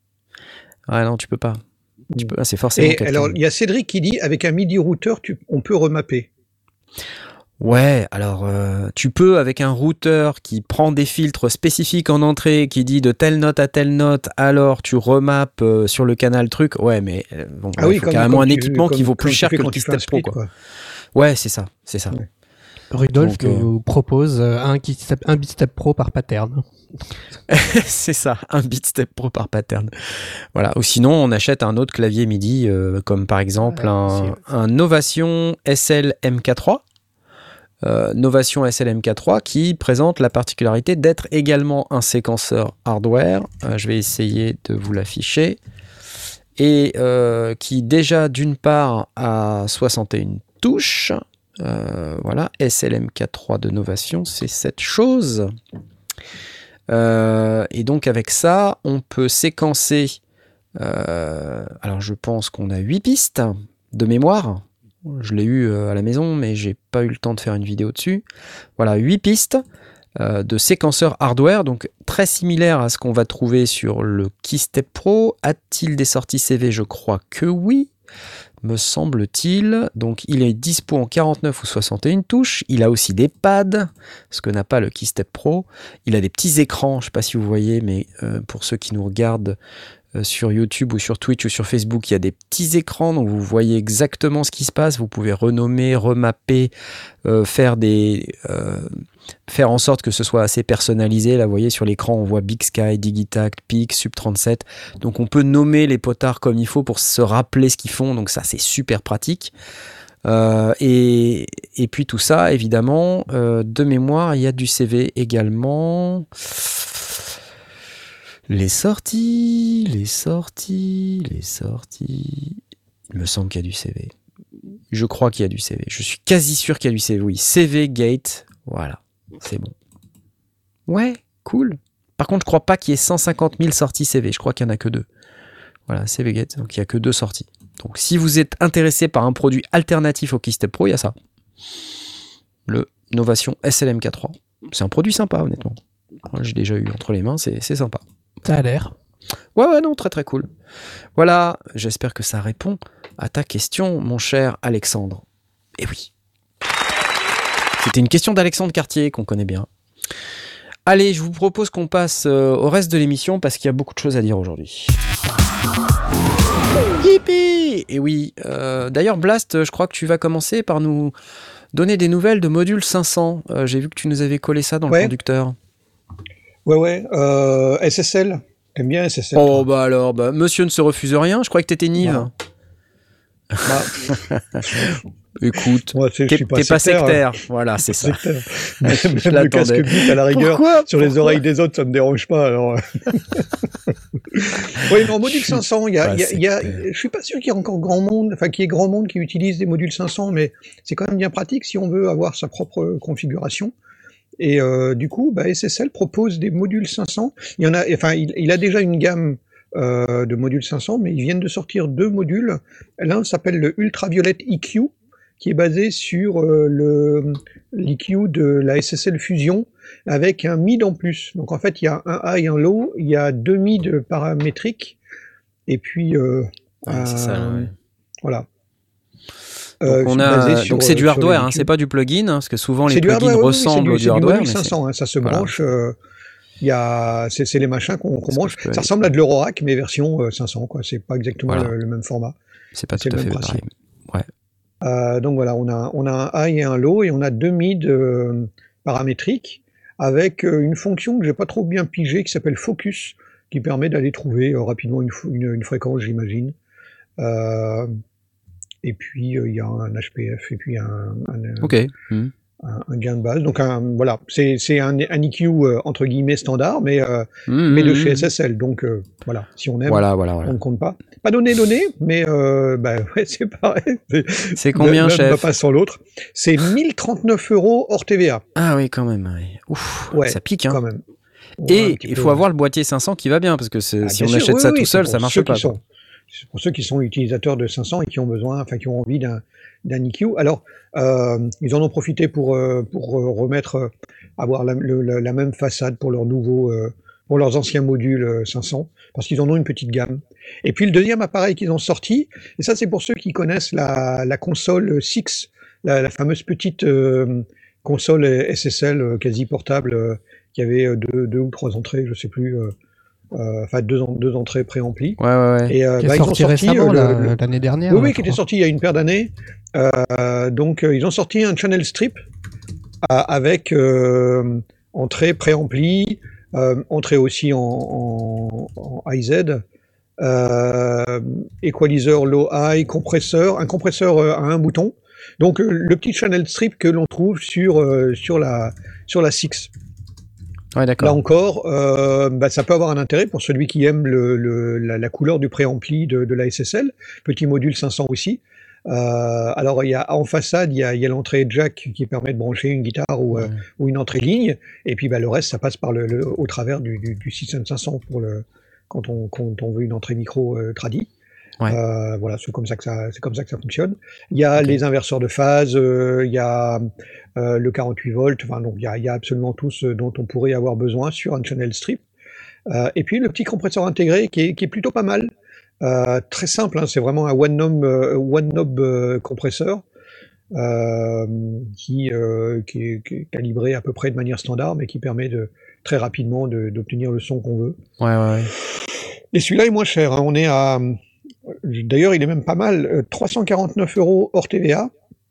Ah non, tu peux pas. Tu peux... ah, c'est forcément. Et alors il y a Cédric qui dit avec un MIDI routeur, tu... on peut remapper. Ouais, alors euh, tu peux avec un routeur qui prend des filtres spécifiques en entrée, qui dit de telle note à telle note, alors tu remappes euh, sur le canal truc. Ouais, mais euh, bon, ah ouais, oui, faut comme, carrément comme un tu, équipement comme, qui vaut plus cher que le KeyStep Pro, quoi. quoi. Ouais, c'est ça, c'est ça. Ouais. Rudolf Donc, nous euh... propose un KeyStep, un BeatStep Pro par pattern. C'est ça, un BeatStep Pro par pattern. Voilà. Ou sinon, on achète un autre clavier MIDI, euh, comme par exemple ah, un, un Novation S L M K trois. Euh, Novation S L M K trois qui présente la particularité d'être également un séquenceur hardware. Euh, je vais essayer de vous l'afficher. Et euh, qui déjà d'une part a soixante et une touches. Euh, voilà, S L M K trois de Novation, c'est cette chose. Euh, et donc avec ça, on peut séquencer. Euh, alors je pense qu'on a huit pistes de mémoire. Je l'ai eu à la maison, mais j'ai pas eu le temps de faire une vidéo dessus. Voilà, huit pistes euh, de séquenceurs hardware, donc très similaire à ce qu'on va trouver sur le KeyStep Pro. A-t-il des sorties C V? Je crois que oui, me semble-t-il. Donc il est dispo en quarante-neuf ou soixante et une touches. Il a aussi des pads, ce que n'a pas le KeyStep Pro. Il a des petits écrans, je sais pas si vous voyez, mais euh, pour ceux qui nous regardent sur YouTube ou sur Twitch ou sur Facebook, il y a des petits écrans, donc vous voyez exactement ce qui se passe. Vous pouvez renommer, remapper, euh, faire des, euh, faire en sorte que ce soit assez personnalisé. Là, vous voyez sur l'écran, on voit Big Sky, Digitact, Peak, Sub trente-sept. Donc on peut nommer les potards comme il faut pour se rappeler ce qu'ils font. Donc ça, c'est super pratique. Euh, et, et puis tout ça, évidemment, euh, de mémoire, il y a du C V également. Les sorties, les sorties, les sorties. Il me semble qu'il y a du C V. Je crois qu'il y a du C V. Je suis quasi sûr qu'il y a du C V. Oui, C V Gate. Voilà, c'est bon. Ouais, cool. Par contre, je crois pas qu'il y ait cent cinquante mille sorties C V. Je crois qu'il n'y en a que deux. Voilà, C V Gate. Donc, il n'y a que deux sorties. Donc, si vous êtes intéressé par un produit alternatif au Keystep Pro, il y a ça. Le Novation S L M K trois. C'est un produit sympa, honnêtement. Moi, j'ai déjà eu entre les mains, c'est, c'est sympa. Ça a l'air. Ouais, ouais, non, très très cool. Voilà, j'espère que ça répond à ta question, mon cher Alexandre. Eh oui. C'était une question d'Alexandre Cartier, qu'on connaît bien. Allez, je vous propose qu'on passe euh, au reste de l'émission, parce qu'il y a beaucoup de choses à dire aujourd'hui. Yippee! Et oui, euh, d'ailleurs, Blast, je crois que tu vas commencer par nous donner des nouvelles de module cinq cents. Euh, j'ai vu que tu nous avais collé ça dans ouais. le conducteur. Ouais, ouais, euh, S S L. T'aimes bien S S L? Oh, toi. bah alors, bah, monsieur ne se refuse rien. Je crois que t'étais Nive. Bah. Bah. Écoute, Moi, t'es, t'es, pas t'es pas sectaire. sectaire. Voilà, c'est ça. Sectaire. Même le casque bip à la rigueur, Pourquoi sur les Pourquoi oreilles des autres, ça me dérange pas. Alors. Oui, mais en module cinq cents, il y a, il y a, il y a, je suis pas sûr qu'il y ait encore grand monde, enfin qu'il y ait grand monde qui utilise des modules cinq cents, mais c'est quand même bien pratique si on veut avoir sa propre configuration. Et euh, du coup, bah, S S L propose des modules cinq cents. Il y en a, enfin, il, il a déjà une gamme euh, de modules cinq cents, mais ils viennent de sortir deux modules. L'un s'appelle le Ultraviolet E Q, qui est basé sur euh, le l'E Q de la S S L Fusion avec un mid en plus. Donc en fait, il y a un high, un low, il y a deux mid paramétriques, et puis euh, ouais, un, c'est ça, ouais. Voilà. Donc, euh, on a, sur, donc c'est du hardware, hein, E Q. c'est pas du plugin, hein, parce que souvent c'est les plugins hardware, ressemblent oui, oui, au du hardware. C'est du module mais cinq cents, c'est... hein, ça se voilà. branche. Euh, y a, c'est, c'est les machins qu'on, qu'on branche. Ça aller. ressemble à de l'Eurorack, mais version euh, cinq cents, quoi. C'est pas exactement voilà. le, le même format. C'est pas c'est tout à fait pareil. Ouais. Euh, donc voilà, on a, on a un high et un low, et on a deux mid euh, paramétriques, avec euh, une fonction que j'ai pas trop bien pigée, qui s'appelle Focus, qui permet d'aller trouver euh, rapidement une, une, une fréquence, j'imagine. Euh, et puis il euh, y a un H P F, et puis un, un, okay. mmh. un, un gain de base. Donc un, voilà, c'est, c'est un, un E Q euh, entre guillemets standard, mais, euh, mmh, mais de mmh, chez mmh. S S L. Donc euh, voilà, si on aime, voilà, voilà, voilà. on ne compte pas. Pas donné, donné, mais euh, bah, ouais, c'est pareil. C'est, c'est combien, l'un chef? ne va pas sans l'autre. C'est mille trente-neuf euros hors T V A. Ah oui, quand même. Oui. Ouf, ouais, ça pique. Hein. Quand même. Et il faut avoir le boîtier cinq cents qui va bien, parce que c'est, ah, si on sûr, achète oui, ça oui, tout seul, ça marche pas. Sont, c'est pour ceux qui sont utilisateurs de cinq cents et qui ont besoin, enfin qui ont envie d'un, d'un E Q. Alors, euh, ils en ont profité pour, euh, pour remettre, euh, avoir la, le, la, la même façade pour leurs nouveaux, euh, pour leurs anciens modules euh, cinq cents, parce qu'ils en ont une petite gamme. Et puis le deuxième appareil qu'ils ont sorti, et ça c'est pour ceux qui connaissent la, la console Six, la, la fameuse petite euh, console S S L euh, quasi portable, euh, qui avait deux, deux ou trois entrées, je sais plus, euh, euh, enfin deux, deux entrées préamplies. Ouais, ouais, ouais. Et euh, qui bah, est sorti ils ont sorti récemment, euh, là, le, l'année dernière. Oui, là, oui, qui était sorti il y a une paire d'années. Euh, donc euh, ils ont sorti un channel strip à, avec euh, entrée préamplie, euh, entrée aussi en, en, en I Z. Euh, equalizer low high, compresseur, un compresseur euh, à un bouton. Donc euh, le petit channel strip que l'on trouve sur euh, sur la sur la Six. Ouais, d'accord. Là encore, euh, bah, ça peut avoir un intérêt pour celui qui aime le, le, la, la couleur du préampli de, de la S S L. Petit module cinq cents aussi. Euh, alors il y a en façade, il y a, il y a l'entrée jack qui permet de brancher une guitare ou, ouais. euh, ou une entrée ligne. Et puis bah, le reste, ça passe par le, le au travers du, du, du système cinq cents pour le quand on, quand on veut une entrée micro euh, tradie. Ouais. Euh, voilà, c'est comme ça que ça, c'est comme ça que ça fonctionne. Il y a okay. les inverseurs de phase, euh, il y a euh, le quarante-huit volts. Enfin, donc il y a, il y a absolument tout ce dont on pourrait avoir besoin sur un channel strip. Euh, et puis le petit compresseur intégré qui est, qui est plutôt pas mal, euh, très simple. Hein, c'est vraiment un one knob, euh, one knob euh, compresseur euh, qui, euh, qui, est, qui est calibré à peu près de manière standard, mais qui permet de très rapidement de, d'obtenir le son qu'on veut. Ouais, ouais, ouais. Et celui-là est moins cher. Hein, on est à D'ailleurs, il est même pas mal, euh, trois cent quarante-neuf euros hors T V A.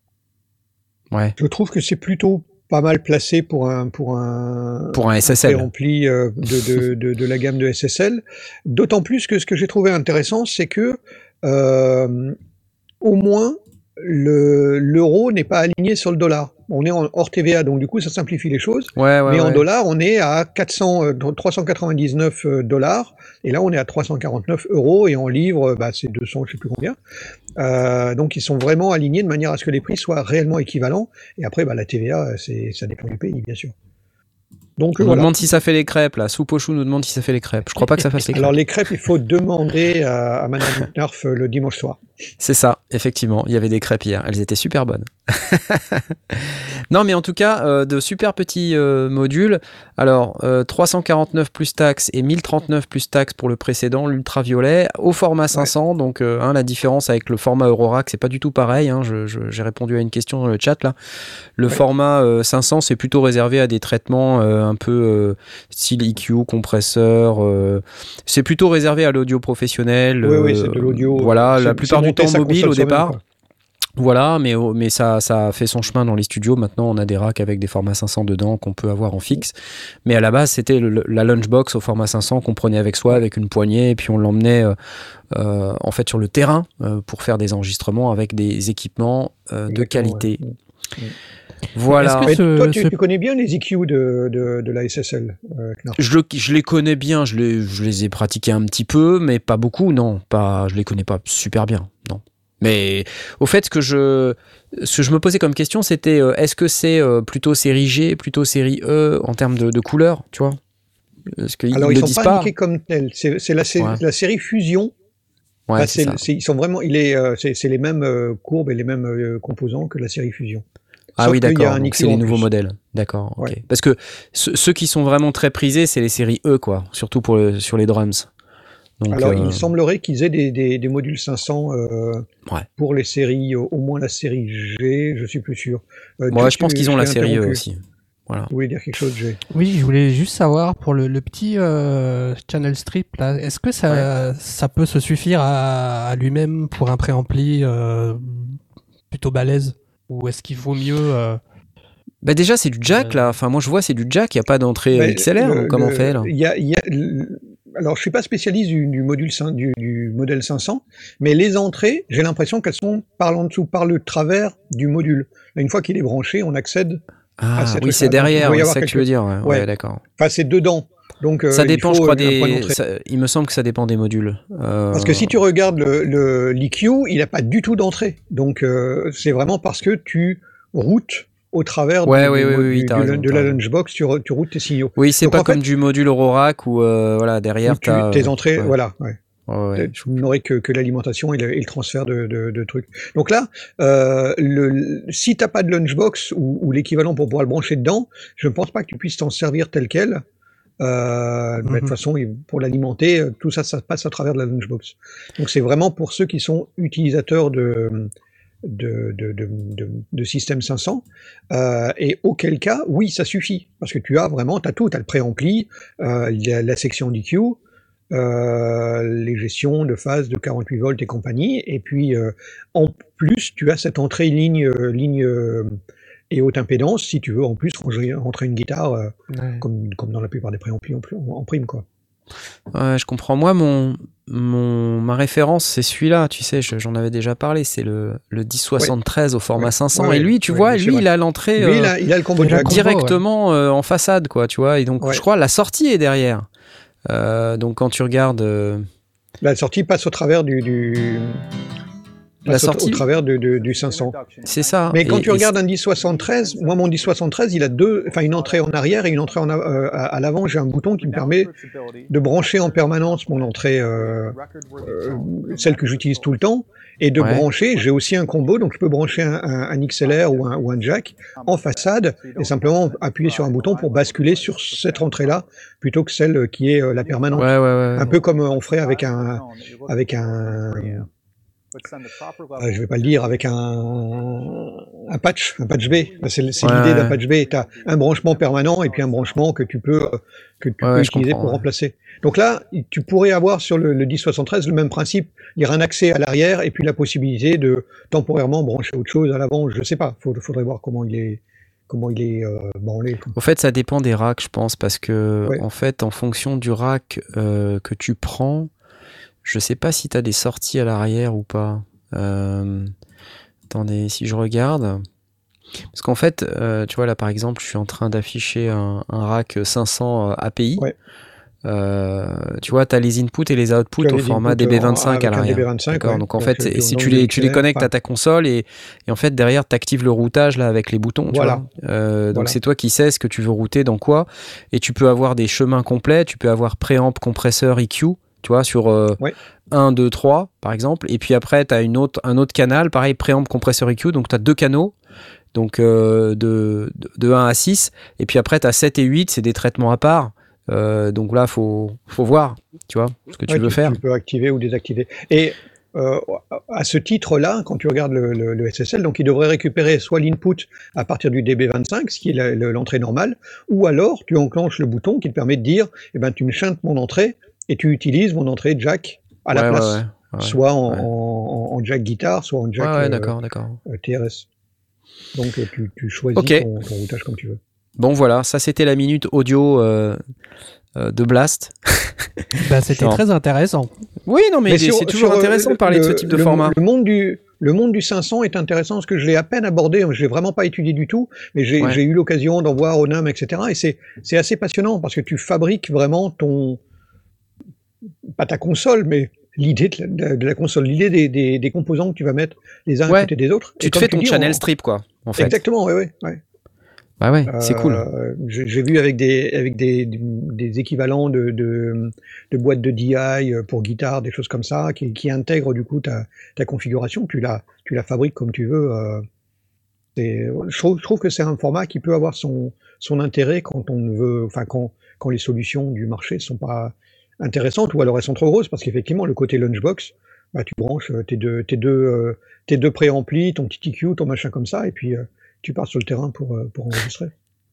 Ouais. Je trouve que c'est plutôt pas mal placé pour un pour un pour un S S L rempli euh, de, de, de, de la gamme de S S L. D'autant plus que ce que j'ai trouvé intéressant, c'est que euh, au moins le, l'euro n'est pas aligné sur le dollar. On est en hors T V A, donc du coup, ça simplifie les choses. Ouais, ouais, Mais en ouais. dollars, on est à quatre cents, euh, trois cent quatre-vingt-dix-neuf dollars. Et là, on est à trois cent quarante-neuf euros. Et en livres, bah, c'est deux cents, je sais plus combien. Euh, donc, ils sont vraiment alignés de manière à ce que les prix soient réellement équivalents. Et après, bah, la T V A, c'est, ça dépend du pays, bien sûr. Donc, On nous voilà. demande si ça fait les crêpes, là. Soupe au chou nous demande si ça fait les crêpes. Je crois pas que ça fasse les crêpes. Alors, les crêpes, il faut demander à, à Madame Nerf le dimanche soir. C'est ça, effectivement. Il y avait des crêpes hier. Elles étaient super bonnes. Non, mais en tout cas, euh, de super petits euh, modules. Alors, euh, trois cent quarante-neuf plus taxes et mille trente-neuf plus taxes pour le précédent, l'ultraviolet, au format cinq cents. Ouais. Donc, euh, hein, la différence avec le format Eurorack, c'est pas du tout pareil. Hein, je, je, j'ai répondu à une question dans le chat, là. Le ouais. format euh, cinq cents, c'est plutôt réservé à des traitements euh, un peu euh, style E Q, compresseur. Euh, c'est plutôt réservé à l'audio professionnel. Oui, euh, oui, c'est de l'audio. Voilà, c'est, la plupart du temps mobile au départ. Même, Voilà, mais, mais ça, ça a fait son chemin dans les studios. Maintenant, on a des racks avec des formats cinq cents dedans qu'on peut avoir en fixe. Mais à la base, c'était le, la lunchbox au format cinq cents qu'on prenait avec soi, avec une poignée, et puis on l'emmenait euh, euh, en fait sur le terrain euh, pour faire des enregistrements avec des équipements euh, de qualité. Ouais. Ouais. Voilà. Est-ce que ce, toi, tu, ce... tu connais bien les E Q de, de, de la S S L euh, je, le, je les connais bien, je les, je les ai pratiqués un petit peu, mais pas beaucoup, non. Pas, je les connais pas super bien, non. Mais au fait, ce que je, ce que je me posais comme question, c'était euh, est-ce que c'est euh, plutôt série G, plutôt série E en termes de, de couleur, tu vois? Est-ce qu'ils Alors, ils ils le sont disent pas pas indiqués comme tels. C'est, c'est, la, c'est ouais. la série Fusion. Ouais, bah, c'est c'est, ça. c'est, ils sont vraiment, il est, euh, c'est, c'est les mêmes euh, courbes et les mêmes euh, composants que la série Fusion. Ah Sauf oui, d'accord. Donc c'est les nouveaux plus. modèles. D'accord. Ouais. Okay. Parce que ce, ceux qui sont vraiment très prisés, c'est les séries E, quoi. Surtout pour le, sur les drums. Donc, Alors, euh... il semblerait qu'ils aient des, des, des modules cinq cents euh, ouais. pour les séries, au, au moins la série G, je suis plus sûr. Euh, Moi, ouais, je pense qu'ils ont la série E aussi. Voilà. Vous voulez dire quelque chose, G? Oui, je voulais juste savoir pour le, le petit euh, channel strip là, est-ce que ça, ouais. ça peut se suffire à, à lui-même pour un préampli euh, plutôt balèze, ou est-ce qu'il vaut mieux euh... Bah déjà, c'est du jack là. Enfin, moi, je vois, c'est du jack. Il y a pas d'entrée bah, X L R. Le, donc, comment le, on fait là? Il y a, y a le, Alors, je suis pas spécialiste du, du module du, du modèle cinq cents, mais les entrées, j'ai l'impression qu'elles sont par en dessous, par le travers du module. Une fois qu'il est branché, on accède ah, à cette oui, c'est derrière, c'est ça quelque... que tu veux dire. Ouais, ouais. ouais d'accord. Enfin, c'est dedans. Donc, ça euh, dépend, il faut, je crois, euh, des. Ça, il me semble que ça dépend des modules. Euh... Parce que si tu regardes le, le l'E Q, il n'a pas du tout d'entrée. Donc, euh, c'est vraiment parce que tu routes au travers ouais, du, oui, du, oui, du, oui, du, raison, de la lunchbox, tu, tu routes tes signaux. Oui, c'est donc, pas en comme fait, du module Eurorack où euh, voilà, derrière tu as, tes entrées, ouais. voilà. Ouais. Ouais, ouais, tu n'aurais que, que l'alimentation et le, et le transfert de, de, de trucs. Donc là, euh, le, si tu n'as pas de lunchbox ou, ou l'équivalent pour pouvoir le brancher dedans, je ne pense pas que tu puisses t'en servir tel quel. Euh, mm-hmm. De toute façon, pour l'alimenter, tout ça, ça passe à travers de la lunchbox. Donc c'est vraiment pour ceux qui sont utilisateurs de, de, de, de, de, de système cinq cents. Euh, et auquel cas, oui, ça suffit. Parce que tu as vraiment, tu as tout, tu as le préampli, euh, il y a la section d'E Q, Euh, les gestions de phase de quarante-huit volts et compagnie, et puis euh, en plus tu as cette entrée ligne euh, ligne euh, et haute impédance si tu veux en plus ranger, rentrer une guitare euh, ouais. comme, comme dans la plupart des préamplis en, en, en prime quoi. Ouais, je comprends. Moi mon, mon ma référence c'est celui-là, tu sais, je, j'en avais déjà parlé, c'est le, le dix soixante-treize ouais. au format ouais. cinq cents ouais, et lui tu ouais, vois lui il a l'entrée lui, euh, il, a, il a le combo il a directement ouais. euh, en façade quoi, tu vois, et donc ouais. je crois la sortie est derrière. Euh, donc quand tu regardes euh... la sortie passe au travers du, du... la sortie au, au travers de, de, du cinq cents. C'est ça. Mais quand et, tu regardes un dix soixante-treize, moi mon dix soixante-treize, il a deux, enfin une entrée en arrière et une entrée en, euh, à, à l'avant. J'ai un bouton qui me permet de brancher en permanence mon entrée, euh, euh, celle que j'utilise tout le temps, et de ouais. brancher. J'ai aussi un combo, donc je peux brancher un, un, un X L R ou un, ou un jack en façade et simplement appuyer sur un bouton pour basculer sur cette entrée-là plutôt que celle qui est euh, la permanente. Ouais, ouais, ouais. Un peu comme on ferait avec un, avec un. Euh, je vais pas le dire, avec un, un patch, un patch B. C'est, c'est ouais, l'idée d'un patch B. Tu as un branchement permanent et puis un branchement que tu peux, que tu ouais, peux utiliser pour ouais. remplacer. Donc là, tu pourrais avoir sur le, le dix soixante-treize le même principe. Il y aura un accès à l'arrière et puis la possibilité de temporairement brancher autre chose à l'avant. Je sais pas. Il faudrait voir comment il est. Comment il est euh, branlé. Au fait, ça dépend des racks, je pense, parce que ouais. en fait, en fonction du rack euh, que tu prends, je sais pas si tu as des sorties à l'arrière ou pas. Euh, attendez, si je regarde, Parce qu'en fait, euh, tu vois, là, par exemple, je suis en train d'afficher un, un rack cinq cents A P I. Ouais. Euh, tu vois, tu as les inputs et les outputs Tu as au les format inputs D B vingt-cinq avec à un l'arrière. D B vingt-cinq, D'accord. ouais. Donc en Donc, fait, euh, si dans tu le les, tu les X L R, connectes enfin. à ta console et, et en fait, derrière, tu actives le routage là, avec les boutons. Tu Voilà. vois euh, donc Voilà. c'est toi qui sais ce que tu veux router dans quoi. Et tu peux avoir des chemins complets. Tu peux avoir préamp, compresseur, E Q. Tu vois, sur euh, Ouais. un, deux, trois, par exemple. Et puis après, tu as une autre, un autre canal, pareil, préamp, compresseur, E Q. Donc tu as deux canaux. Donc euh, de, de, de un à six. Et puis après, tu as sept et huit. C'est des traitements à part. Euh, donc là, faut, faut voir, tu vois, ce que tu Ouais, veux tu, faire. tu peux activer ou désactiver. Et euh, à ce titre-là, quand tu regardes le, le, le S S L, donc il devrait récupérer soit l'input à partir du D B vingt-cinq, ce qui est la, le, l'entrée normale, ou alors tu enclenches le bouton qui te permet de dire, eh ben, tu me chantes mon entrée et tu utilises mon entrée jack à la Ouais, place, ouais, ouais, ouais, soit en, ouais. en, en jack guitare, soit en jack Ouais, ouais, euh, d'accord, d'accord. euh, T R S. Donc euh, tu, tu choisis Ok. ton, ton routage comme tu veux. Bon, voilà, ça c'était la minute audio euh, euh, de Blast. Bah, c'était Non. très intéressant. Oui, non, mais, Mais c'est sur- toujours sur, euh, intéressant de parler le, de ce type de le, format. Le monde du, le monde du cinq cents est intéressant parce que je l'ai à peine abordé, je l'ai vraiment pas étudié du tout, mais j'ai Ouais. j'ai eu l'occasion d'en voir au N A M, et cetera. Et c'est c'est assez passionnant parce que tu fabriques vraiment ton, pas ta console, mais l'idée de, la- de la console, l'idée des, des, des composants que tu vas mettre les uns Ouais. à côté des autres. Tu Et te comme fais ton dis, channel on- strip, quoi, en fait. Exactement, ouais, ouais, ouais. Bah ouais, c'est cool. Euh, J'ai j'ai vu avec des, avec des, des équivalents de, de, de boîtes de D I pour guitare, des choses comme ça, qui, qui intègrent du coup ta, ta configuration. Tu la, tu la fabriques comme tu veux. Euh, c'est- je, trouve, je trouve que c'est un format qui peut avoir son, son intérêt quand on ne veut, enfin quand, quand les solutions du marché sont pas intéressantes ou alors elles sont trop grosses, parce qu'effectivement le côté lunchbox, bah, tu branches tes deux, tes deux, euh, tes deux préamplis, ton petit E Q, ton machin comme ça, et puis euh, tu pars sur le terrain pour, euh, pour enregistrer.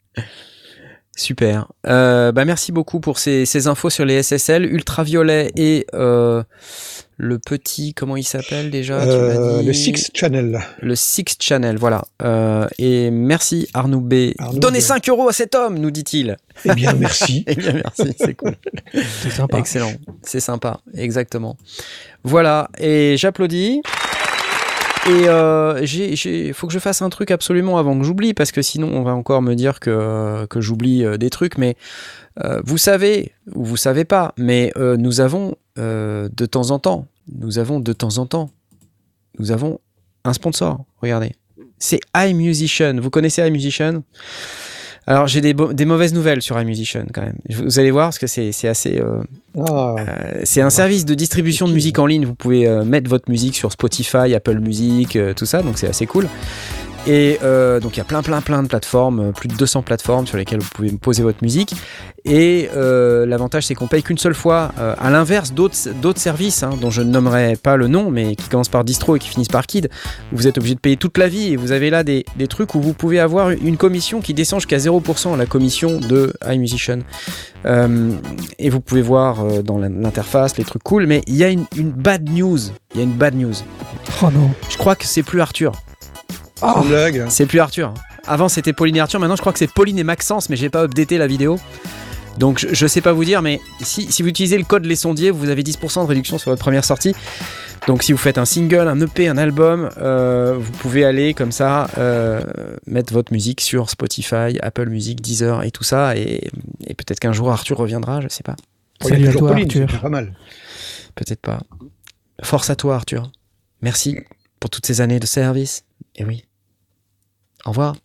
Super. Euh, bah merci beaucoup pour ces, ces infos sur les S S L, ultraviolet et euh, le petit, comment il s'appelle déjà tu m'as Euh, dit le Six Channel. Le Six Channel, voilà. Euh, et merci Arnaud B. Arnaud Donnez B. cinq euros à cet homme, nous dit-il. Eh bien, merci. Eh bien, merci, c'est cool. C'est sympa. Excellent, c'est sympa, exactement. Voilà, et j'applaudis. Et euh, j'ai, j'ai, faut que je fasse un truc absolument avant que j'oublie, parce que sinon on va encore me dire que, que j'oublie euh, des trucs. Mais euh, vous savez, ou vous savez pas, mais euh, nous avons euh, de temps en temps, nous avons de temps en temps, nous avons un sponsor. Regardez, c'est iMusician. Vous connaissez iMusician ? Alors j'ai des, bo- des mauvaises nouvelles sur iMusician quand même. Vous allez voir parce que c'est, c'est assez. Euh, Ah, euh, c'est un service de distribution de musique en ligne. Vous pouvez euh, mettre votre musique sur Spotify, Apple Music, euh, tout ça. Donc c'est assez cool. Et euh, donc il y a plein plein plein de plateformes, euh, plus de deux cents plateformes sur lesquelles vous pouvez poser votre musique. Et euh, l'avantage c'est qu'on paye qu'une seule fois, euh, à l'inverse d'autres, d'autres services hein, dont je ne nommerai pas le nom, mais qui commencent par distro et qui finissent par kid. Vous êtes obligé de payer toute la vie et vous avez là des, des trucs où vous pouvez avoir une commission qui descend jusqu'à zéro pour cent, la commission de iMusician. Euh, et vous pouvez voir euh, dans l'interface les trucs cool, mais il y a une, une bad news. Il y a une bad news. Oh non. Je crois que c'est plus Arthur. sans blague. C'est plus Arthur. Avant c'était Pauline et Arthur, maintenant je crois que c'est Pauline et Maxence, mais j'ai pas updaté la vidéo. Donc je, je sais pas vous dire, mais si, si vous utilisez le code Les Sondiers, vous avez dix pour cent de réduction sur votre première sortie. Donc si vous faites un single, un E P, un album, euh, vous pouvez aller comme ça euh, mettre votre musique sur Spotify, Apple Music, Deezer et tout ça. Et, et peut-être qu'un jour Arthur reviendra, je sais pas. Oh, il y a Salut à toujours toi, Pauline, Arthur. c'est pas mal. Peut-être pas. Force à toi Arthur. Merci pour toutes ces années de service. Et oui. Au revoir.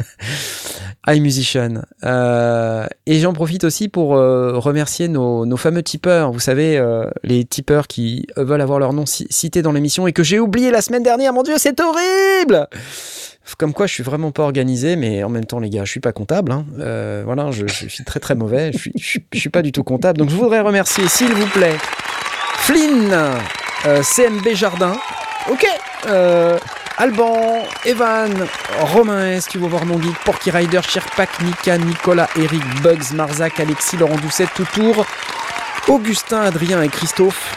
iMusician. Euh, et j'en profite aussi pour euh, remercier nos, nos fameux tipeurs. Vous savez, euh, les tipeurs qui veulent avoir leur nom ci- cité dans l'émission et que j'ai oublié la semaine dernière. Mon Dieu, c'est horrible! Comme quoi, je suis vraiment pas organisé, mais en même temps, les gars, je suis pas comptable. Hein. Euh, voilà, je, je suis très très mauvais. Je suis, je, suis- je suis pas du tout comptable. Donc, je voudrais remercier, s'il vous plaît, Flynn, euh, C M B Jardin. Ok. Euh, Alban, Evan, Romain S, tu vas voir mon geek, Porky Rider, Sherpak, Nika, Nicolas, Eric, Bugs, Marzac, Alexis, Laurent Doucet, Toutour, Augustin, Adrien et Christophe.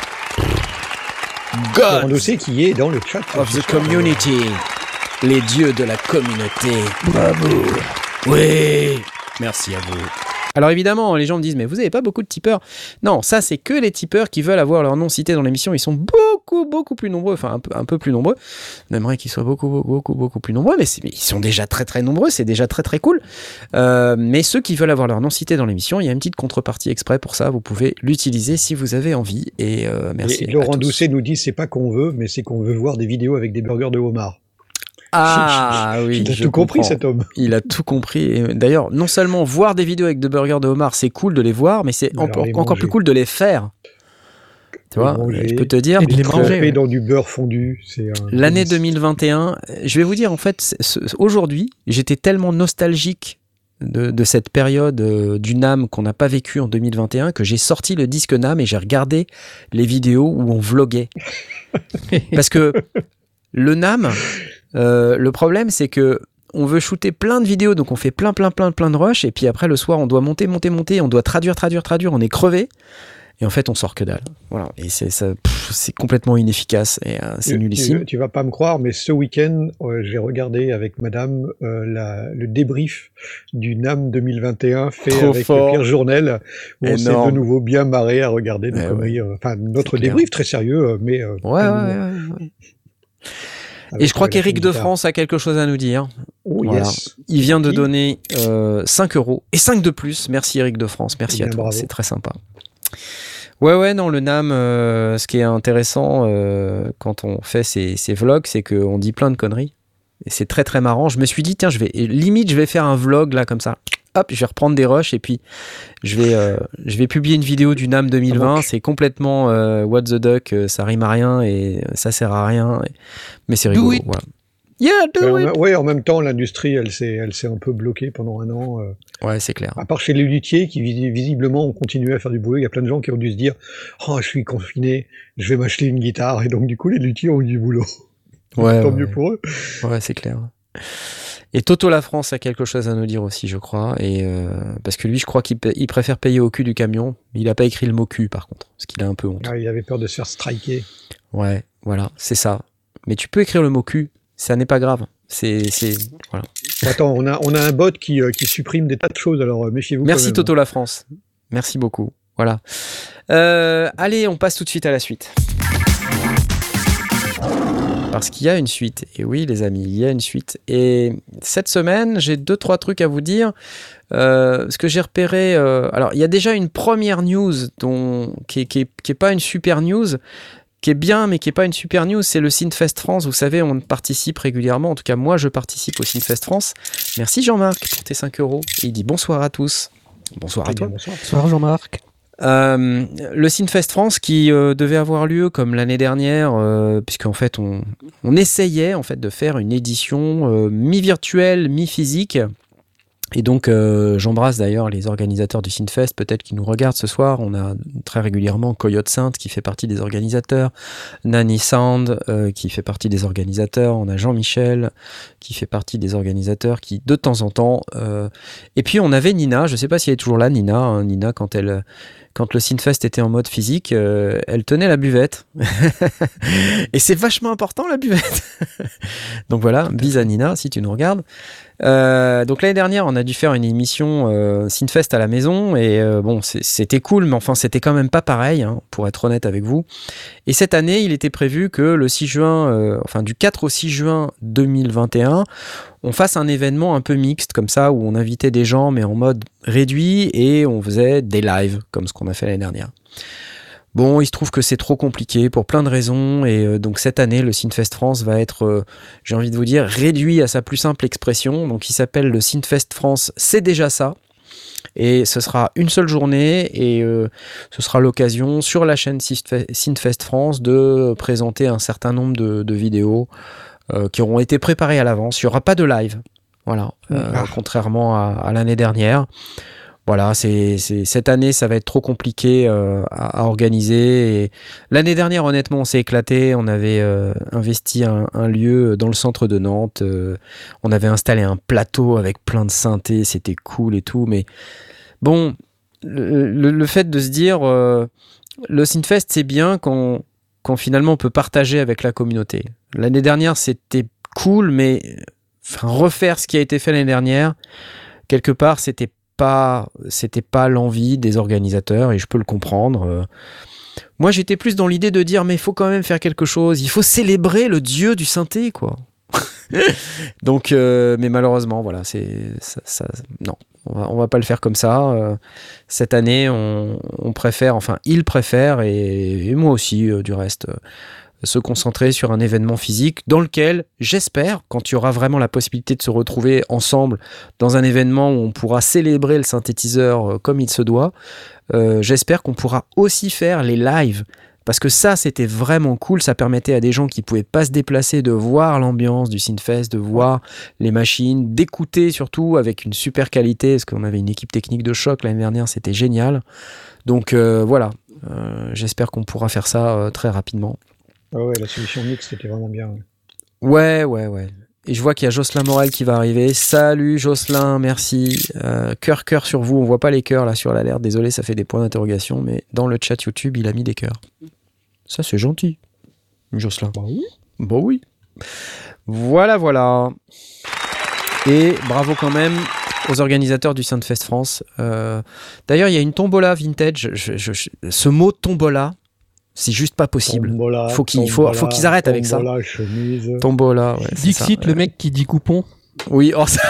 Laurent God Doucet qui est dans le chat. of ce the soir. community. Les dieux de la communauté. Bravo. Oui. Merci à vous. Alors évidemment, les gens me disent, mais vous n'avez pas beaucoup de tipeurs. Non, ça c'est que les tipeurs qui veulent avoir leur nom cité dans l'émission. Ils sont beaucoup, beaucoup plus nombreux, enfin un peu, un peu plus nombreux. On aimerait qu'ils soient beaucoup, beaucoup, beaucoup, beaucoup plus nombreux, mais, mais ils sont déjà très, très nombreux, c'est déjà très, très cool. Euh, mais ceux qui veulent avoir leur nom cité dans l'émission, il y a une petite contrepartie exprès pour ça. Vous pouvez l'utiliser si vous avez envie. Et euh, merci. Et Laurent Doucet nous dit, c'est pas qu'on veut, mais c'est qu'on veut voir des vidéos avec des burgers de homard. Ah oui, il a je tout compris comprends. cet homme. Il a tout compris. Et d'ailleurs, non seulement voir des vidéos avec de burgers de homard, c'est cool de les voir, mais c'est Mais encore, alors, encore plus cool de les faire. Tu vois, manger, je peux te dire, et de les manger trempé ouais. dans du beurre fondu. C'est un... l'année deux mille vingt et un, je vais vous dire en fait, c'est- c'est- aujourd'hui, j'étais tellement nostalgique de, de cette période euh, du NAMM qu'on n'a pas vécu en deux mille vingt et un que j'ai sorti le disque NAMM et j'ai regardé les vidéos où on vloguait. Parce que le NAMM, euh, le problème c'est que on veut shooter plein de vidéos, donc on fait plein, plein, plein, plein de rushs, et puis après le soir on doit monter, monter, monter, on doit traduire, traduire, traduire, on est crevé, et en fait on sort que dalle. Voilà, et c'est, ça, pff, c'est complètement inefficace, et euh, c'est tu, nullissime. tu, tu vas pas me croire, mais ce week-end, euh, j'ai regardé avec madame euh, la, le débrief du NAMM deux mille vingt et un fait Trop avec fort. Pierre Journel, où on s'est Énorme. de nouveau bien marré à regarder nos Ouais, conneries. euh, Enfin, notre C'est clair. débrief très sérieux, euh, mais... euh, Ouais, ouais, plein ouais, d'humour. ouais. Avec, Et je crois euh, la qu'Éric chaîne de guitare. France a quelque chose à nous dire. Oh Voilà. yes. Il vient de Qui donner euh, cinq euros et cinq de plus. Merci Éric de France, merci Eh bien, à toi, bravo. c'est très sympa. Ouais, ouais, non, le NAMM, euh, ce qui est intéressant euh, quand on fait ces, ces vlogs, c'est qu'on dit plein de conneries. Et c'est très très marrant. Je me suis dit, tiens, je vais, limite, je vais faire un vlog là comme ça. Hop, je vais reprendre des rushs et puis je vais, euh, je vais publier une vidéo du NAMM deux mille vingt. C'est complètement euh, what the duck, euh, ça rime à rien et ça sert à rien. Et... Mais c'est rigolo. it. Voilà. Yeah, do Ouais, it. en, ouais, en même temps, l'industrie, elle s'est, elle s'est un peu bloquée pendant un an. euh, Ouais, c'est clair. À part chez les luthiers qui visi- visiblement ont continué à faire du boulot, il y a plein de gens qui ont dû se dire « Oh, je suis confiné, je vais m'acheter une guitare ». Et donc du coup, les luthiers ont eu du boulot. Ouais, Tant ouais, mieux pour eux. ouais, c'est clair. Et Toto La France a quelque chose à nous dire aussi, je crois. Et euh, parce que lui, je crois qu'il pa- il préfère payer au cul du camion. Il n'a pas écrit le mot cul, par contre, parce qu'il a un peu honte. Ah, il avait peur de se faire striker. Ouais, voilà, c'est ça. Mais tu peux écrire le mot cul, ça n'est pas grave. C'est, c'est, voilà. Attends, on a, on a un bot qui, euh, qui supprime des tas de choses, alors euh, méfiez-vous. quand Merci même. Toto La France. Merci beaucoup. Voilà. Euh, allez, on passe tout de suite à la suite. Parce qu'il y a une suite. Et oui, les amis, il y a une suite. Et cette semaine, j'ai deux, trois trucs à vous dire. Euh, ce que j'ai repéré... euh, alors, il y a déjà une première news dont, qui n'est qui est, qui est pas une super news, qui est bien, mais qui n'est pas une super news. C'est le Synfest France. Vous savez, on participe régulièrement. En tout cas, moi, je participe au Synfest France. Merci Jean-Marc pour tes cinq euros. Et il dit bonsoir à tous. Bonsoir à Très toi. bien, bonsoir. Bonsoir Jean-Marc. Euh, le Synfest France qui euh, devait avoir lieu comme l'année dernière, euh, puisqu'en fait on, on essayait en fait de faire une édition euh, mi-virtuelle, mi-physique. Et donc euh, j'embrasse d'ailleurs les organisateurs du Synfest, peut-être qui nous regardent ce soir. On a très régulièrement Coyote Sainte qui fait partie des organisateurs, Nanny Sound euh, qui fait partie des organisateurs, on a Jean-Michel qui fait partie des organisateurs qui de temps en temps... Euh... Et puis on avait Nina, je ne sais pas si elle est toujours là, Nina, hein, Nina quand elle... Quand le Synfest était en mode physique, euh, elle tenait la buvette. Et c'est vachement important, la buvette. Donc voilà, bis à Nina, si tu nous regardes. Euh, donc l'année dernière, on a dû faire une émission euh, Synfest à la maison. Et euh, bon, c'est, c'était cool, mais enfin, c'était quand même pas pareil, hein, pour être honnête avec vous. Et cette année, il était prévu que le six juin, euh, enfin du quatre au six juin deux mille vingt et un, on fasse un événement un peu mixte comme ça, où on invitait des gens mais en mode réduit et on faisait des lives comme ce qu'on a fait l'année dernière. Bon, il se trouve que c'est trop compliqué pour plein de raisons et euh, donc cette année le Synfest France va être, euh, j'ai envie de vous dire, réduit à sa plus simple expression. Donc il s'appelle le Synfest France, c'est déjà ça. Et ce sera une seule journée et euh, ce sera l'occasion sur la chaîne Synfest France de présenter un certain nombre de, de vidéos Euh, qui auront été préparés à l'avance. Il n'y aura pas de live. Voilà. Euh, Ah. Contrairement à, à l'année dernière. Voilà, c'est, c'est, cette année, ça va être trop compliqué euh, à, à organiser. Et l'année dernière, honnêtement, on s'est éclaté. On avait euh, investi un, un lieu dans le centre de Nantes. Euh, on avait installé un plateau avec plein de synthés. C'était cool et tout. Mais bon, le, le, le fait de se dire, euh, le Synfest, c'est bien quand, quand finalement on peut partager avec la communauté. L'année dernière, c'était cool, mais enfin, refaire ce qui a été fait l'année dernière, quelque part, c'était pas, c'était pas l'envie des organisateurs et je peux le comprendre. Euh, moi, j'étais plus dans l'idée de dire, mais il faut quand même faire quelque chose. Il faut célébrer le dieu du synthé, quoi. Donc, euh, mais malheureusement, voilà, c'est ça, ça, non, on va, on va pas le faire comme ça. Euh, cette année, on, on préfère, enfin, ils préfèrent et, et moi aussi, euh, du reste, euh, se concentrer sur un événement physique dans lequel, j'espère, quand il y aura vraiment la possibilité de se retrouver ensemble dans un événement où on pourra célébrer le synthétiseur euh, comme il se doit, euh, j'espère qu'on pourra aussi faire les lives. Parce que ça, c'était vraiment cool. Ça permettait à des gens qui ne pouvaient pas se déplacer de voir l'ambiance du Synthfest, de voir les machines, d'écouter surtout avec une super qualité. Parce qu'on avait une équipe technique de choc l'année dernière, c'était génial. Donc euh, voilà, euh, j'espère qu'on pourra faire ça euh, très rapidement. Ah ouais, la solution mixte, c'était vraiment bien. Ouais, ouais, ouais. Et je vois qu'il y a Jocelyn Morel qui va arriver. Salut Jocelyn, merci. Euh, cœur, cœur sur vous. On voit pas les cœurs là sur l'alerte. Désolé, ça fait des points d'interrogation, mais dans le chat YouTube, il a mis des cœurs. Ça, c'est gentil, Jocelyn. Bah oui. Bah oui. Voilà, voilà. Et bravo quand même aux organisateurs du Synthfest France. Euh, d'ailleurs, il y a une tombola vintage. Je, je, je, ce mot tombola, c'est juste pas possible. Tombola, faut qu'ils, tombola, faut, faut qu'ils arrêtent avec ça. Tombola, chemise. Tombola, ouais. Dixit, ça, le ouais. mec qui dit coupon. Oui, oh ça.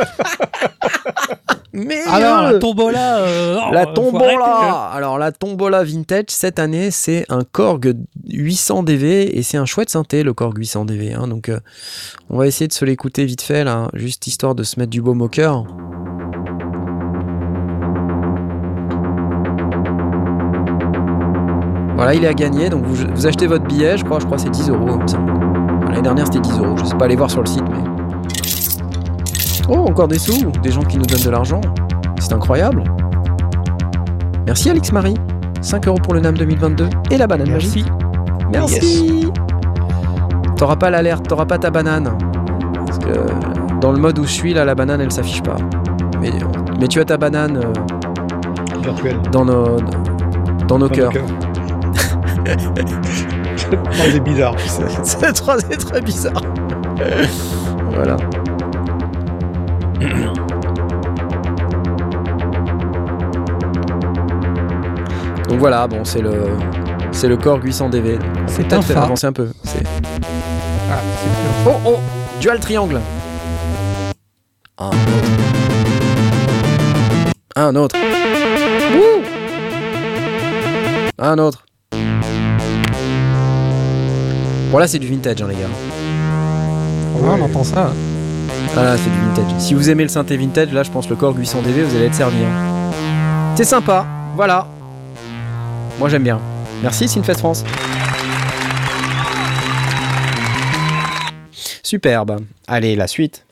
Mais ah non, la tombola. Euh, non, la faut tombola. arrêter. Alors la tombola vintage cette année, c'est un Korg huit cents D V et c'est un chouette synthé le Korg huit cents D V. Hein, donc euh, on va essayer de se l'écouter vite fait là, juste histoire de se mettre du baume au cœur. Voilà, il est à gagner, donc vous, vous achetez votre billet, je crois, je crois que c'est dix euros. L'année dernière c'était dix euros, je sais pas aller voir sur le site, mais. Oh, encore des sous, des gens qui nous donnent de l'argent. C'est incroyable. Merci Alix Marie. cinq euros pour le NAMM deux mille vingt-deux et la banane Merci. magique. Merci. Yes. T'auras pas l'alerte, t'auras pas ta banane. Parce que dans le mode où je suis, là, la banane, elle s'affiche pas. Mais, mais tu as ta banane euh, virtuelle dans nos, dans nos dans cœurs. C'est bizarre. C'est, c'est, très, c'est très bizarre. Voilà. Donc voilà, bon, c'est le c'est le Korg huit cents D V. C'est peut-être un faire phare. avancer un peu. C'est... Ah, c'est Oh oh, dual triangle. Un autre. Un autre. Wouh. Un autre. Bon là c'est du vintage hein, les gars. Ouais, on entend ça. Ah là c'est du vintage. Si vous aimez le synthé vintage, là je pense le Korg huit cents D V vous allez être servi. Hein. C'est sympa, voilà. Moi j'aime bien. Merci Synthfest France. Superbe. Allez, la suite.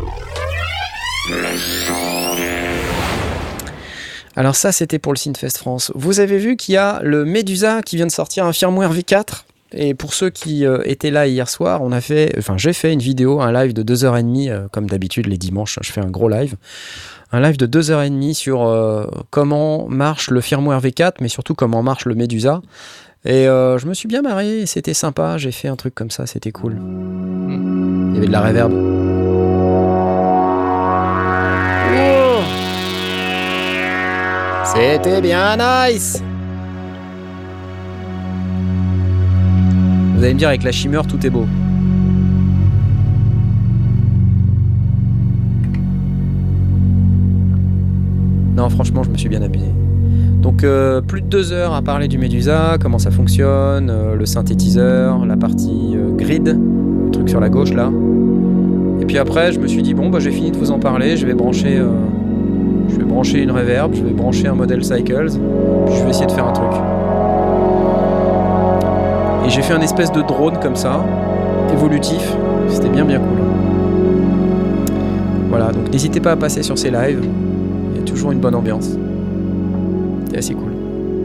Alors ça c'était pour le Synthfest France. Vous avez vu qu'il y a le Medusa qui vient de sortir un firmware V quatre. Et pour ceux qui euh, étaient là hier soir, on a fait, enfin j'ai fait une vidéo, un live de deux heures trente, euh, comme d'habitude les dimanches, je fais un gros live. Un live de deux heures trente sur euh, comment marche le firmware V quatre, mais surtout comment marche le Medusa. Et euh, je me suis bien marré, c'était sympa, j'ai fait un truc comme ça, c'était cool. Il y avait de la reverb. Oh, c'était bien nice. Vous allez me dire, avec la Shimmer, tout est beau. Non, franchement, je me suis bien abusé. Donc, euh, plus de deux heures à parler du Medusa, comment ça fonctionne, euh, le synthétiseur, la partie euh, grid, le truc sur la gauche, là. Et puis après, je me suis dit, bon, bah, j'ai fini de vous en parler, je vais brancher, euh, je vais brancher une reverb, je vais brancher un modèle Cycles, puis je vais essayer de faire un truc. Et j'ai fait un espèce de drone comme ça, évolutif, c'était bien bien cool. Voilà, donc n'hésitez pas à passer sur ces lives, il y a toujours une bonne ambiance. C'est assez cool.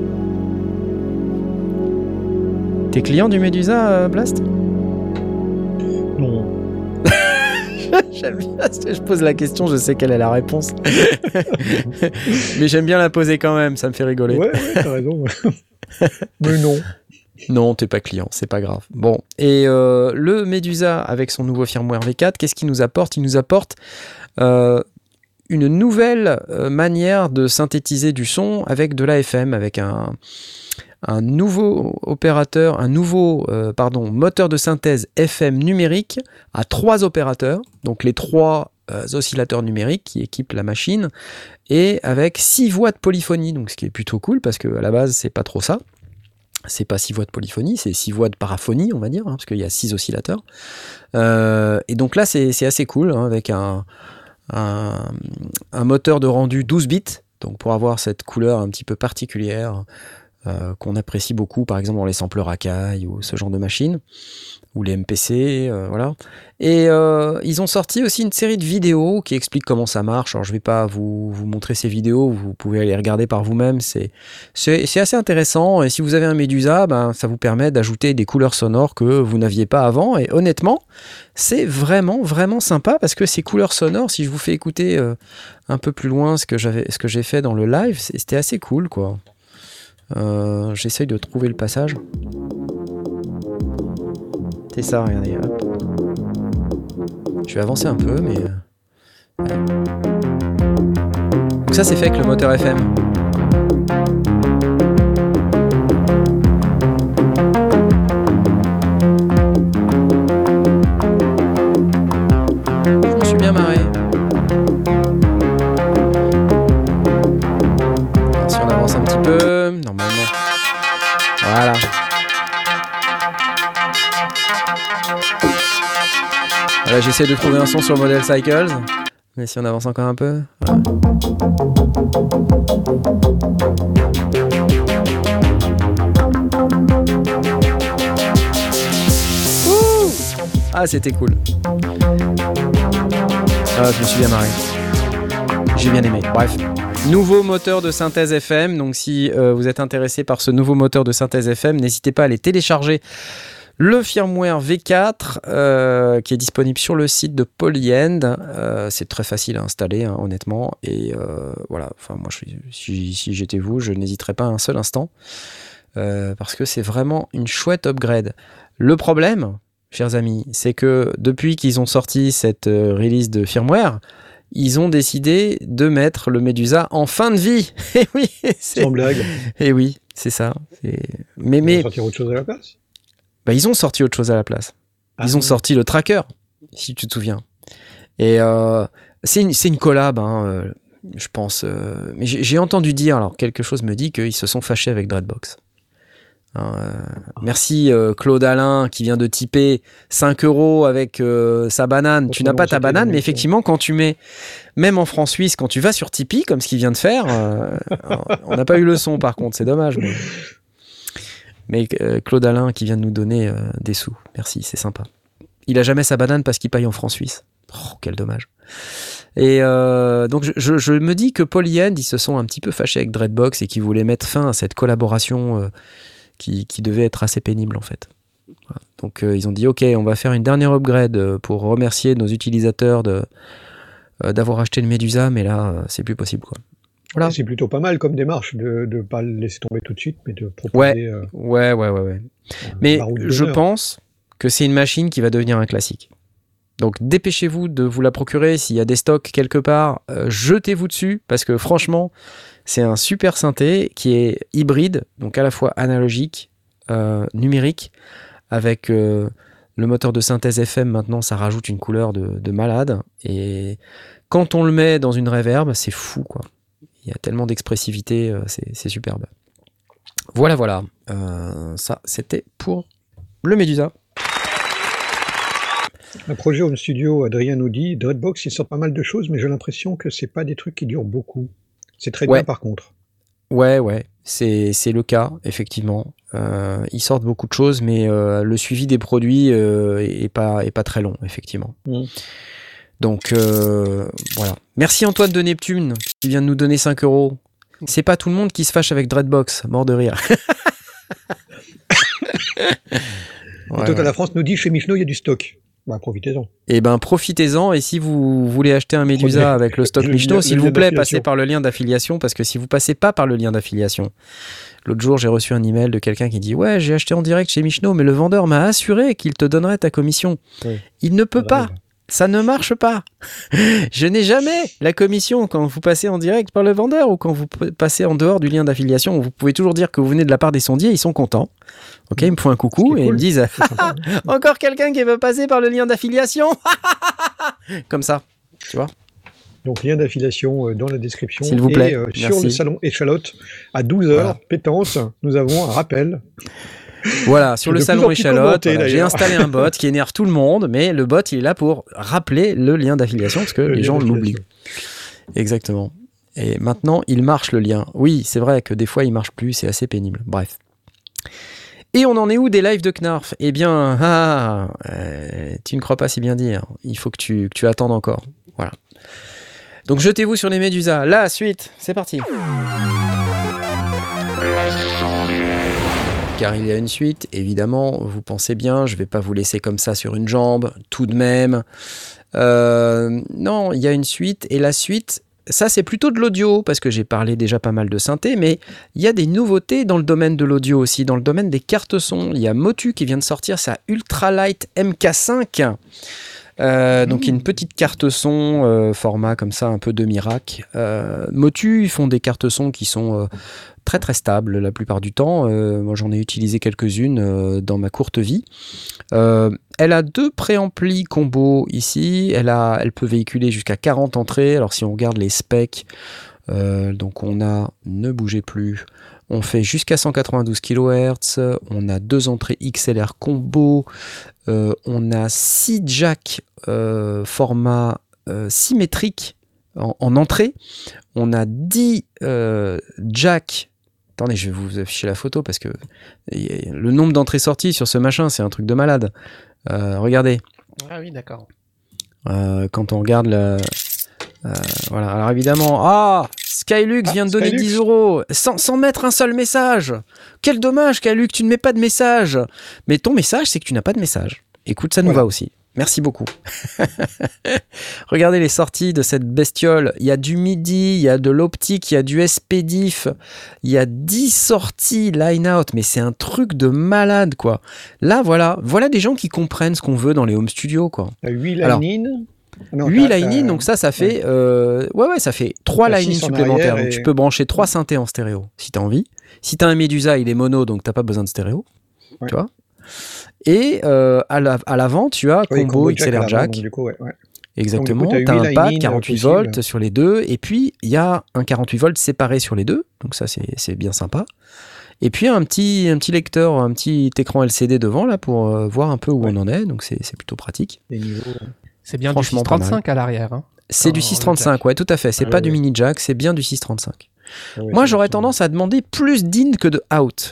T'es client du Medusa, euh, Blast ? Non. J'aime bien, je pose la question, je sais quelle est la réponse. Mais j'aime bien la poser quand même, ça me fait rigoler. Ouais, ouais, t'as raison. Mais non. Non, t'es pas client, c'est pas grave. Bon, et euh, le Medusa avec son nouveau firmware V quatre, qu'est-ce qu'il nous apporte ? Il nous apporte euh, une nouvelle euh, manière de synthétiser du son avec de l'A F M, avec un, un nouveau opérateur, un nouveau euh, pardon, moteur de synthèse F M numérique à trois opérateurs, donc les trois euh, oscillateurs numériques qui équipent la machine, et avec six voix de polyphonie, donc ce qui est plutôt cool parce qu'à la base c'est pas trop ça. C'est pas six voix de polyphonie, c'est six voix de paraphonie, on va dire, hein, parce qu'il y a six oscillateurs. Euh, et donc là, c'est, c'est assez cool, hein, avec un, un, un moteur de rendu douze bits, donc pour avoir cette couleur un petit peu particulière, euh, qu'on apprécie beaucoup, par exemple dans les sampleurs Akai ou ce genre de machines, ou les M P C, euh, voilà. Et euh, ils ont sorti aussi une série de vidéos qui expliquent comment ça marche. Alors je vais pas vous, vous montrer ces vidéos, vous pouvez aller regarder par vous-même, c'est, c'est, c'est assez intéressant, et si vous avez un Medusa, ben, ça vous permet d'ajouter des couleurs sonores que vous n'aviez pas avant, et honnêtement, c'est vraiment, vraiment sympa, parce que ces couleurs sonores, si je vous fais écouter euh, un peu plus loin ce que, j'avais, ce que j'ai fait dans le live, c'était assez cool, quoi. Euh, j'essaye de trouver le passage. C'est ça, regardez. Hop. Je vais avancer un peu, mais... Ouais. Donc ça, c'est fait avec le moteur F M. Je me suis bien marré. Alors, si on avance un petit peu, normalement... Voilà. Voilà, j'essaie de trouver un son sur le modèle Cycles, mais si on avance encore un peu. Voilà. Ouh, ah, c'était cool. Ah, je me suis bien marré. J'ai bien aimé. Bref. Nouveau moteur de synthèse F M. Donc, si euh, vous êtes intéressé par ce nouveau moteur de synthèse F M, n'hésitez pas à les télécharger. Le firmware V quatre euh, qui est disponible sur le site de Polyend, euh, c'est très facile à installer, hein, honnêtement, et euh, voilà. Enfin, moi, je, si, si j'étais vous, je n'hésiterais pas un seul instant euh, parce que c'est vraiment une chouette upgrade. Le problème, chers amis, c'est que depuis qu'ils ont sorti cette euh, release de firmware, ils ont décidé de mettre le Medusa en fin de vie. Et oui, c'est... Sans blague. Et oui, c'est ça. C'est... Mais, Ils mais... vont sortir autre chose à la place. Bah, ils ont sorti autre chose à la place. Ils ah, ont oui. sorti le tracker, si tu te souviens. Et euh, c'est, une, c'est une collab, hein, euh, je pense. Euh, mais j'ai, j'ai entendu dire, alors quelque chose me dit qu'ils se sont fâchés avec Dreadbox. Hein, euh, merci euh, Claude Alain qui vient de typer cinq euros avec euh, sa banane. Tu n'as pas ta banane, mais effectivement, quand tu mets, même en franc suisse, quand tu vas sur Tipeee, comme ce qu'il vient de faire, euh, on n'a pas eu le son par contre, c'est dommage. Mais... Mais euh, Claude Alain qui vient de nous donner euh, des sous. Merci, c'est sympa. Il a jamais sa banane parce qu'il paye en francs suisses. Oh, quel dommage. Et euh, donc je, je, je me dis que Polyend, ils se sont un petit peu fâchés avec Dreadbox et qu'ils voulaient mettre fin à cette collaboration euh, qui, qui devait être assez pénible en fait. Voilà. Donc euh, ils ont dit ok, on va faire une dernière upgrade pour remercier nos utilisateurs de, euh, d'avoir acheté le Medusa, mais là euh, c'est plus possible quoi. Voilà. C'est plutôt pas mal comme démarche de ne pas le laisser tomber tout de suite, mais de proposer... Ouais, euh, ouais, ouais, ouais. ouais. Mais je pense que c'est une machine qui va devenir un classique. Donc dépêchez-vous de vous la procurer. S'il y a des stocks quelque part, euh, jetez-vous dessus, parce que franchement, c'est un super synthé qui est hybride, donc à la fois analogique, euh, numérique, avec euh, le moteur de synthèse F M. Maintenant, ça rajoute une couleur de, de malade. Et quand on le met dans une reverb, c'est fou, quoi. Il y a tellement d'expressivité, euh, c'est, c'est superbe. Voilà, voilà. Euh, ça, c'était pour le Medusa. Un projet Home Studio, Adrien nous dit, Dreadbox, il sort pas mal de choses, mais j'ai l'impression que c'est pas des trucs qui durent beaucoup. C'est très ouais. bien par contre. Ouais, ouais, c'est, c'est le cas, effectivement. Euh, ils sortent beaucoup de choses, mais euh, le suivi des produits euh, est, pas, est pas très long, effectivement. Mmh. Donc euh, voilà. Merci Antoine de Neptune qui vient de nous donner cinq euros. C'est pas tout le monde qui se fâche avec Dreadbox, mort de rire. ouais, Total ouais. La France nous dit chez Michno il y a du stock. Bah, profitez-en. Et ben profitez-en, et si vous voulez acheter un Medusa Premier. avec le stock le Michno, s'il vous plaît, passez par le lien d'affiliation, parce que si vous passez pas par le lien d'affiliation, l'autre jour j'ai reçu un email de quelqu'un qui dit ouais, j'ai acheté en direct chez Michno, mais le vendeur m'a assuré qu'il te donnerait ta commission. Oui. Il ne peut pas. Ça ne marche pas. Je n'ai jamais la commission quand vous passez en direct par le vendeur ou quand vous passez en dehors du lien d'affiliation. Vous pouvez toujours dire que vous venez de la part des sondiers, ils sont contents. Ok, ils me font un coucou et cool. Ils me disent encore quelqu'un qui veut passer par le lien d'affiliation. Comme ça, tu vois. Donc lien d'affiliation dans la description. S'il vous plaît. Et euh, sur le salon Échalote, à douze heures, voilà. Pétence, nous avons un rappel. Voilà, sur le salon Échalote, voilà, j'ai installé un bot qui énerve tout le monde, mais le bot, il est là pour rappeler le lien d'affiliation, parce que le les gens l'oublient. Exactement. Et maintenant, il marche le lien. Oui, c'est vrai que des fois, il marche plus, c'est assez pénible. Bref. Et on en est où des lives de Knarf ? Eh bien, ah, euh, tu ne crois pas si bien dire. Il faut que tu, que tu attendes encore. Voilà. Donc, jetez-vous sur les médusas. La suite, c'est parti. Car il y a une suite, évidemment, vous pensez bien, je ne vais pas vous laisser comme ça sur une jambe, tout de même. Euh, non, il y a une suite, et la suite, ça c'est plutôt de l'audio, parce que j'ai parlé déjà pas mal de synthé, mais il y a des nouveautés dans le domaine de l'audio aussi, dans le domaine des cartes son. Il y a Motu qui vient de sortir sa Ultralight M K cinq, euh, donc mmh. une petite carte son, euh, format comme ça, un peu demi-rack. Euh, Motu, ils font des cartes son qui sont... Euh, très très stable la plupart du temps. Euh, moi j'en ai utilisé quelques-unes euh, dans ma courte vie. Euh, elle a deux préamplis combo ici. Elle, a, elle peut véhiculer jusqu'à quarante entrées. Alors si on regarde les specs, euh, donc on a, ne bougez plus, on fait jusqu'à cent quatre-vingt-douze kilohertz. On a deux entrées X L R combo. Euh, on a six jacks euh, format euh, symétrique en, en entrée. On a dix euh, jacks. Attendez, je vais vous afficher la photo parce que le nombre d'entrées-sorties sur ce machin, c'est un truc de malade. Euh, regardez. Ah oui, d'accord. Euh, quand on regarde le... Euh, voilà, alors évidemment... Ah Skylux ah, vient de donner Skylux. dix euros sans, sans mettre un seul message. Quel dommage, Skylux, tu ne mets pas de message. Mais ton message, c'est que tu n'as pas de message. Écoute, ça nous voilà. va aussi. Merci beaucoup. Regardez les sorties de cette bestiole. Il y a du MIDI, il y a de l'optique, il y a du S P D I F, il y a dix sorties line-out, mais c'est un truc de malade, quoi. Là, voilà, voilà des gens qui comprennent ce qu'on veut dans les home studios, quoi. huit line-in huit line-in, donc ça, ça fait... Ouais, euh, ouais, ouais, ça fait trois line-in supplémentaires. Et... Donc tu peux brancher trois synthés en stéréo, si tu as envie. Si tu as un Medusa, il est mono, donc tu n'as pas besoin de stéréo. Ouais. Tu vois ? Et euh, à, la, à l'avant, tu as oui, combo, combo X L R jack. Donc, du coup, ouais, ouais. Exactement. Tu as un pad quarante-huit volts sur les deux. Et puis, il y a un quarante-huit volts séparé sur les deux. Donc, ça, c'est, c'est bien sympa. Et puis, un petit, un petit lecteur, un petit écran L C D devant là pour euh, voir un peu où ouais. on en est. Donc, c'est, c'est plutôt pratique. Niveaux, c'est bien du six trente-cinq à l'arrière. Hein, c'est du six trente-cinq, ouais, tout à fait. C'est ah, pas ouais, du ouais. mini jack, c'est bien du six trente-cinq. Ah, ouais, Moi, j'aurais tendance à demander plus d'in que de out.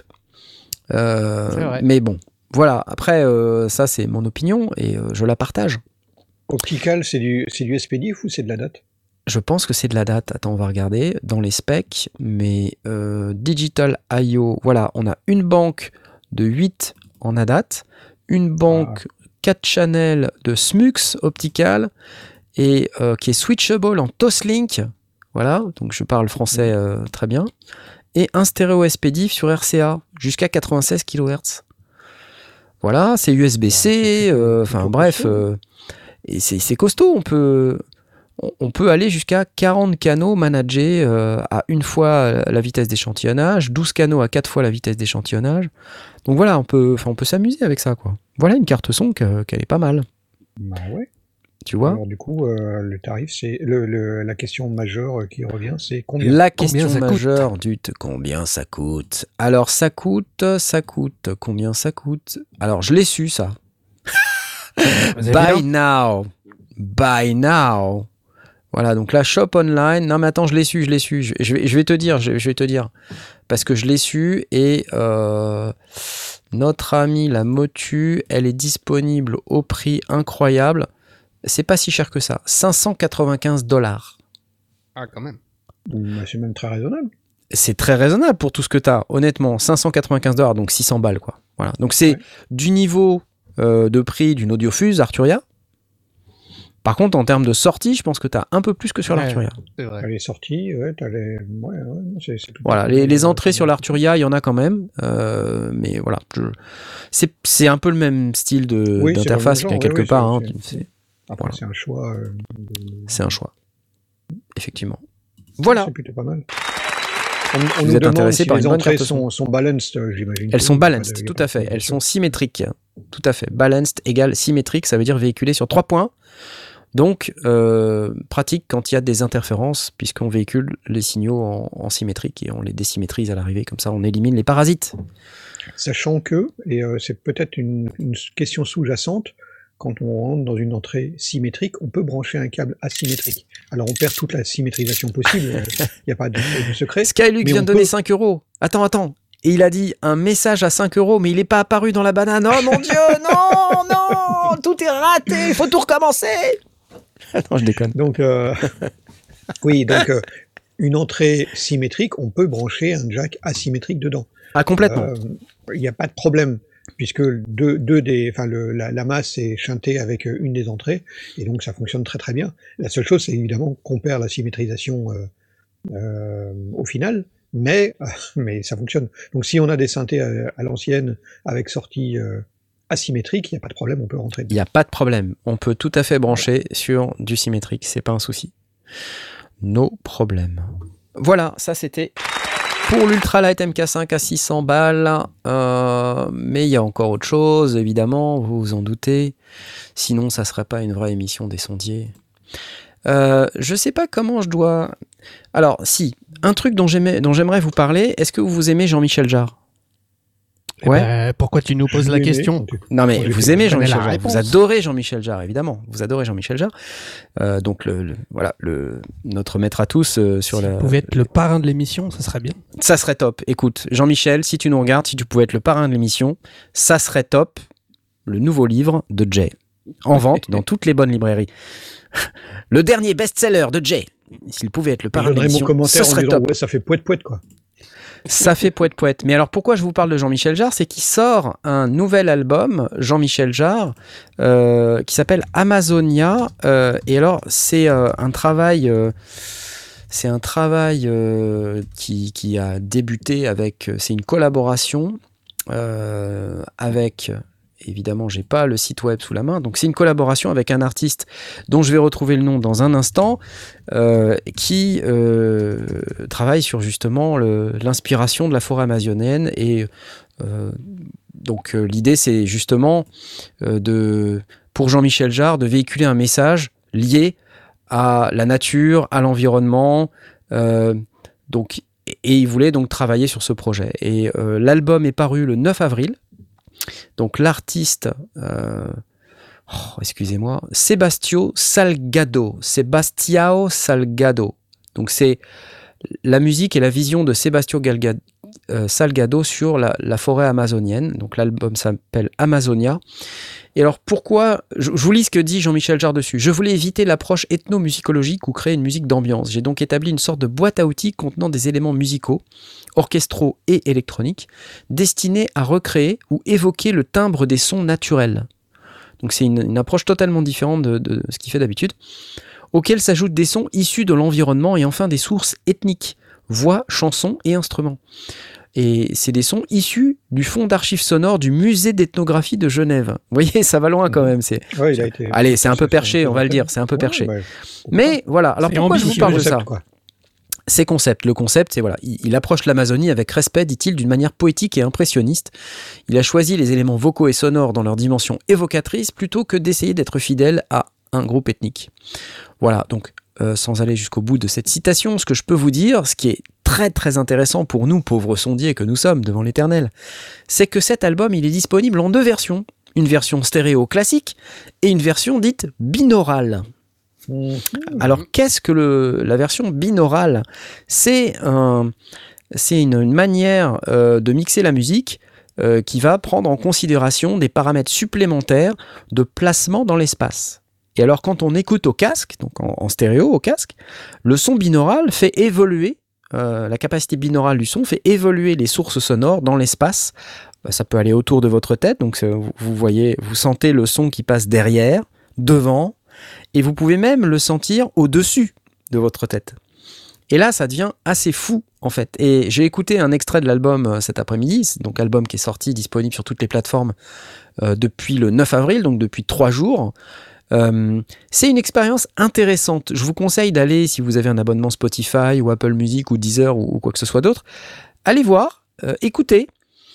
Euh, mais bon. Voilà, après, euh, ça, c'est mon opinion et euh, je la partage. Optical, c'est du, c'est du S P D I F ou c'est de la date ? Je pense que c'est de la date. Attends, on va regarder dans les specs. Mais euh, Digital I O, voilà, on a une banque de huit en A D A T, une banque ah. quatre channels de S M U X Optical et euh, qui est switchable en Toslink. Voilà, donc je parle français euh, très bien. Et un stéréo S P D I F sur R C A jusqu'à quatre-vingt-seize kilohertz. Voilà, c'est U S B C, enfin euh, bref, euh, et c'est, c'est costaud, on peut, on, on peut aller jusqu'à quarante canaux managés euh, à une fois la vitesse d'échantillonnage, douze canaux à quatre fois la vitesse d'échantillonnage. Donc voilà, on peut, on peut s'amuser avec ça, quoi. Voilà une carte son que, qu'elle est pas mal. Bah ouais. Tu vois ? Alors du coup, euh, le tarif, c'est le, le, la question majeure qui revient, c'est combien ? La combien question majeure du t- combien ça coûte ? Alors ça coûte, ça coûte, combien ça coûte ? Alors je l'ai su ça. Buy now, buy now. Voilà, donc la shop online. Non mais attends, je l'ai su, je l'ai su. Je, je, vais, je vais te dire, je, je vais te dire, parce que je l'ai su et euh, notre amie la Motu, elle est disponible au prix incroyable. C'est pas si cher que ça. cinq cent quatre-vingt-quinze dollars. Ah, quand même. Bah, c'est même très raisonnable. C'est très raisonnable pour tout ce que tu as. Honnêtement, cinq cent quatre-vingt-quinze dollars, donc six cents balles, quoi. Voilà. Donc c'est ouais. du niveau euh, de prix d'une Audiofuse Arturia. Par contre, en termes de sortie, je pense que tu as un peu plus que sur ouais, l'Arturia. C'est vrai. T'as les sorties, ouais, t'as les... Ouais, ouais, c'est, c'est voilà, les, les entrées sur l'Arturia, il y en a quand même. Euh, mais voilà, je... c'est, c'est un peu le même style de, oui, d'interface, genre, quelque ouais, part. Ouais, hein, c'est... Après, Voilà. c'est un choix. euh, C'est un choix. Effectivement. Voilà. C'est plutôt pas mal. On, on Vous nous êtes demande intéressé si par les une bonne entrées carte son. sont, sont balanced, euh, j'imagine. Elles que sont oui, il y a pas de- balanced, il y a tout pas à de fait. Elles question. sont symétriques. Tout à fait. Balanced égale symétrique, ça veut dire véhiculer sur trois points. Donc, euh, pratique quand il y a des interférences, puisqu'on véhicule les signaux en, en symétrique et on les désymétrise à l'arrivée. Comme ça, on élimine les parasites. Sachant que, et euh, c'est peut-être une, une question sous-jacente, quand on rentre dans une entrée symétrique, on peut brancher un câble asymétrique. Alors on perd toute la symétrisation possible, il n'y a pas de, de secret. Skyluke mais vient on de donner peut- cinq euros. Attends, attends. Et il a dit un message à cinq euros, mais il n'est pas apparu dans la banane. Oh mon Dieu, non, non, tout est raté, il faut tout recommencer. Non, je déconne. Donc, euh, oui, donc euh, une entrée symétrique, on peut brancher un jack asymétrique dedans. Ah, complètement. Euh, Il n'y a pas de problème, puisque deux, deux des, enfin le, la, la masse est chantée avec une des entrées, et donc ça fonctionne très très bien. La seule chose, c'est évidemment qu'on perd la symétrisation euh, euh, au final, mais, mais ça fonctionne. Donc si on a des synthés à, à l'ancienne avec sortie euh, asymétrique, il n'y a pas de problème, on peut rentrer Il dedans. n'y a pas de problème. On peut tout à fait brancher sur du symétrique, c'est pas un souci. No problème. Voilà, ça c'était pour l'Ultralight M K cinq à six cents balles. Euh, mais il y a encore autre chose, évidemment, vous vous en doutez. Sinon, ça serait pas une vraie émission des sondiers. Euh, je sais pas comment je dois... Alors, si, un truc dont j'aimais, dont j'aimerais vous parler, est-ce que vous aimez Jean-Michel Jarre? Eh Ouais. ben, pourquoi tu nous poses Je la l'ai aimé, question? quand tu- Non mais Moi, j'ai vous fait- aimez je connais Jean-Michel la Jarre, vous réponse. adorez Jean-Michel Jarre, évidemment. Vous adorez Jean-Michel Jarre. Euh, donc le, le- voilà, le, notre maître à tous euh, sur Si la... vous pouvez être le parrain de l'émission, ça serait bien. Ça serait top. Écoute, Jean-Michel, si tu nous regardes, si tu pouvais être le parrain de l'émission, ça serait top. Le nouveau livre de Jay, en vente dans toutes les bonnes librairies. Le dernier best-seller de Jay. S'il pouvait être le Je parrain de donnerai mon l'émission, ce commentaire en serait disant top. ouais, ça fait poète poète quoi. Ça fait poète poète. Mais alors pourquoi je vous parle de Jean-Michel Jarre, c'est qu'il sort un nouvel album, Jean-Michel Jarre, euh, qui s'appelle Amazonia. Euh, et alors c'est euh, un travail, euh, c'est un travail euh, qui, qui a débuté avec, c'est une collaboration euh, avec. Évidemment, j'ai pas le site web sous la main, donc c'est une collaboration avec un artiste dont je vais retrouver le nom dans un instant, euh, qui euh, travaille sur justement le, l'inspiration de la forêt amazonienne. Et euh, donc euh, l'idée, c'est justement euh, de, pour Jean-Michel Jarre, de véhiculer un message lié à la nature, à l'environnement. Euh, donc, et il voulait donc travailler sur ce projet. Et euh, l'album est paru le neuf avril. Donc l'artiste, euh, oh, excusez-moi, Sebastio Salgado, Sebastião Salgado. Donc c'est la musique et la vision de Sebastio Galga- euh, Salgado sur la, la forêt amazonienne. Donc l'album s'appelle Amazonia. Et alors pourquoi, je, je vous lis ce que dit Jean-Michel Jarre dessus. Je voulais éviter l'approche ethnomusicologique ou créer une musique d'ambiance. J'ai donc établi une sorte de boîte à outils contenant des éléments musicaux, orchestraux et électroniques, destinés à recréer ou évoquer le timbre des sons naturels. Donc c'est une, une approche totalement différente de, de ce qu'il fait d'habitude, auxquels s'ajoutent des sons issus de l'environnement et enfin des sources ethniques, voix, chansons et instruments. Et c'est des sons issus du fonds d'archives sonores du musée d'ethnographie de Genève. Vous voyez, ça va loin quand même. C'est... Ouais, il a été- Allez, c'est un peu ça, perché, ça, on va le ça, dire, c'est un peu ouais, perché. bah, Mais voilà, alors C'est pourquoi je vous ambitieux, parle de concept, ça ? quoi. C'est concept. Le concept, c'est voilà, il, il approche l'Amazonie avec respect, dit-il, d'une manière poétique et impressionniste. Il a choisi les éléments vocaux et sonores dans leur dimension évocatrice plutôt que d'essayer d'être fidèle à un groupe ethnique. Voilà, donc euh, sans aller jusqu'au bout de cette citation, ce que je peux vous dire, ce qui est très très intéressant pour nous, pauvres sondiers que nous sommes devant l'Éternel, c'est que cet album, il est disponible en deux versions. Une version stéréo classique et une version dite binaurale. Mmh. Alors, qu'est-ce que le, la version binaurale ? C'est, un, c'est une, une manière euh, de mixer la musique euh, qui va prendre en considération des paramètres supplémentaires de placement dans l'espace. Et alors, quand on écoute au casque, donc en, en stéréo au casque, le son binaural fait évoluer, euh, la capacité binaurale du son fait évoluer les sources sonores dans l'espace. Ça peut aller autour de votre tête, donc vous, vous voyez, vous sentez le son qui passe derrière, devant, et vous pouvez même le sentir au-dessus de votre tête. Et là, ça devient assez fou, en fait. Et j'ai écouté un extrait de l'album euh, cet après-midi, c'est donc album qui est sorti, disponible sur toutes les plateformes euh, depuis le neuf avril, donc depuis trois jours. Euh, c'est une expérience intéressante. Je vous conseille d'aller, si vous avez un abonnement Spotify ou Apple Music ou Deezer ou, ou quoi que ce soit d'autre, allez voir, euh, écoutez,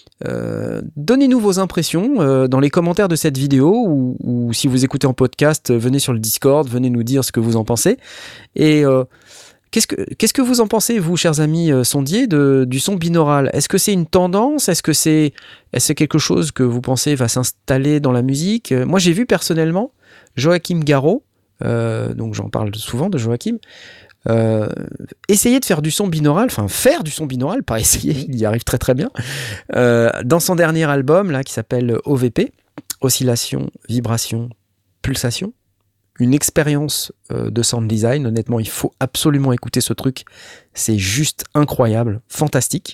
euh, donnez-nous vos impressions euh, dans les commentaires de cette vidéo ou, ou si vous écoutez en podcast, venez sur le Discord, venez nous dire ce que vous en pensez. Et euh, qu'est-ce que, qu'est-ce que vous en pensez, vous, chers amis euh, sondiers, de, du son binaural ? Est-ce que c'est une tendance ? Est-ce que c'est, est-ce que c'est quelque chose que vous pensez va s'installer dans la musique ? euh, Moi, j'ai vu personnellement Joachim Garraud, euh, donc j'en parle souvent de Joachim, euh, essayer de faire du son binaural, enfin faire du son binaural, pas essayer, il y arrive très très bien, euh, dans son dernier album là qui s'appelle O V P, Oscillation, Vibration, Pulsation, une expérience euh, de sound design. Honnêtement, il faut absolument écouter ce truc, c'est juste incroyable, fantastique.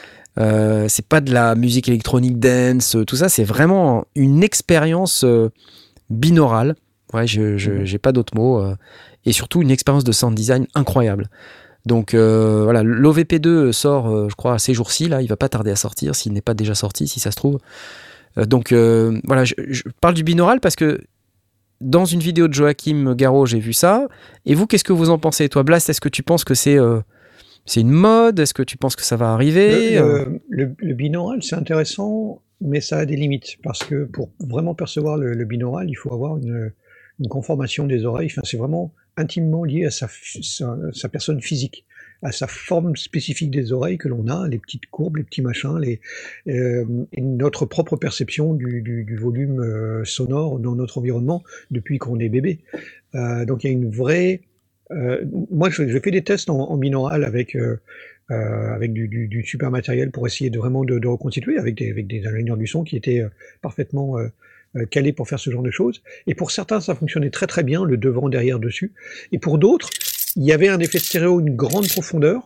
Euh, c'est pas de la musique électronique dance, tout ça, c'est vraiment une expérience euh, binaural, ouais, je, je, j'ai pas d'autres mots, euh, et surtout une expérience de sound design incroyable. Donc euh, voilà, l'O V P deux sort, euh, je crois, ces jours-ci, là, il va pas tarder à sortir, s'il n'est pas déjà sorti, si ça se trouve. Euh, donc euh, voilà, je, je parle du binaural parce que dans une vidéo de Joachim Garraud, j'ai vu ça. Et vous, qu'est-ce que vous en pensez ? Toi, Blast, est-ce que tu penses que c'est, euh, c'est une mode ? Est-ce que tu penses que ça va arriver ? Le, le, le, le binaural, c'est intéressant, mais ça a des limites, parce que pour vraiment percevoir le, le binaural, il faut avoir une, une conformation des oreilles. Enfin, c'est vraiment intimement lié à sa, sa, sa personne physique, à sa forme spécifique des oreilles que l'on a, les petites courbes, les petits machins, les, euh, et notre propre perception du, du, du volume euh, sonore dans notre environnement depuis qu'on est bébé. Euh, donc il y a une vraie... Euh, moi, je, je fais des tests en, en binaural avec... Euh, Euh, avec du, du, du super matériel pour essayer de vraiment de, de reconstituer avec des, avec des ingénieurs du son qui étaient euh, parfaitement euh, euh, calés pour faire ce genre de choses. Et pour certains, ça fonctionnait très très bien, le devant, derrière, dessus. Et pour d'autres, il y avait un effet stéréo, une grande profondeur.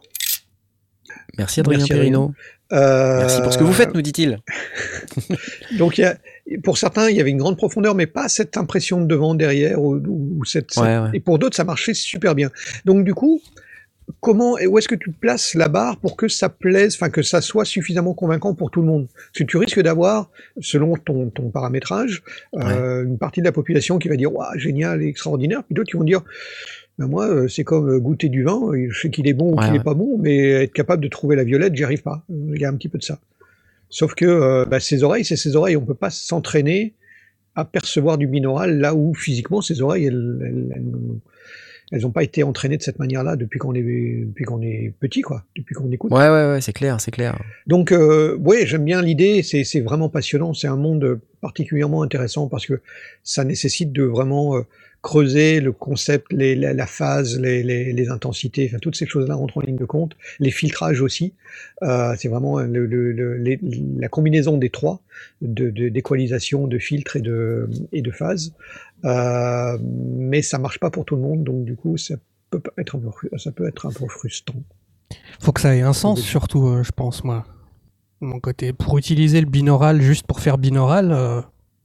Merci Adrien Merci Perrino. Euh... Merci pour ce que vous faites, nous dit-il. Donc, il y a, pour certains, il y avait une grande profondeur, mais pas cette impression de devant, derrière, ou, ou cette, ouais, cette... Ouais. Et pour d'autres, ça marchait super bien. Donc, du coup, comment et où est-ce que tu places la barre pour que ça plaise, enfin que ça soit suffisamment convaincant pour tout le monde ? Parce que tu risques d'avoir, selon ton, ton paramétrage, ouais. euh, une partie de la population qui va dire waouh, génial, extraordinaire, puis d'autres qui vont dire ben moi euh, c'est comme goûter du vin, je sais qu'il est bon ou ouais, qu'il ouais. est pas bon, mais être capable de trouver la violette, j'y arrive pas. Il y a un petit peu de ça. Sauf que euh, ben, ses oreilles, c'est ses oreilles, on peut pas s'entraîner à percevoir du binaural là où physiquement ses oreilles elles, elles, elles elles n'ont pas été entraînées de cette manière-là depuis qu'on est, depuis qu'on est petit, quoi, depuis qu'on écoute. Ouais, ouais, ouais, c'est clair, c'est clair. Donc, euh, ouais, j'aime bien l'idée, c'est, c'est vraiment passionnant, c'est un monde particulièrement intéressant parce que ça nécessite de vraiment euh, creuser le concept, les, la, la phase, les, les, les intensités, enfin, toutes ces choses-là rentrent en ligne de compte, les filtrages aussi, euh, c'est vraiment le, le, le, les, la combinaison des trois, de, de, d'équalisation, de filtre et de, et de phase. Euh, mais ça marche pas pour tout le monde, donc du coup ça peut être un peu, ça peut être un peu frustrant. Faut que ça ait un sens, surtout, euh, je pense, moi, de mon côté. Pour utiliser le binaural juste pour faire binaural, euh,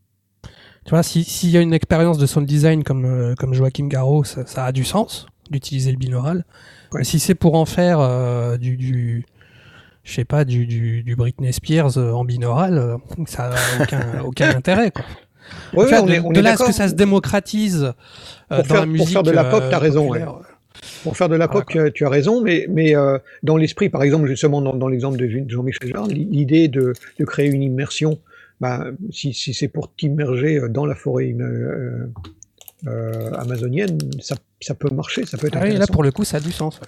tu vois, si, s'il y a une expérience de sound design comme, euh, comme Joachim Garraud, ça, ça a du sens d'utiliser le binaural. Ouais. Mais si c'est pour en faire euh, du, du je sais pas, du, du, du Britney Spears euh, en binaural, euh, ça a aucun, aucun intérêt, quoi. Ouais, enfin, on de, est, on de est là, d'accord. est-ce que ça se démocratise euh, pour, dans faire, la musique, pour faire de la pop, euh, t'as raison. Ouais. Pour faire de la pop, voilà, tu, tu as raison, mais, mais euh, dans l'esprit, par exemple, justement, dans, dans l'exemple de Jean-Michel Jarre, l'idée de, de créer une immersion, bah, si, si c'est pour t'immerger dans la forêt euh, euh, amazonienne, ça, ça peut marcher, ça peut être ah intéressant. Oui, là, pour le coup, ça a du sens.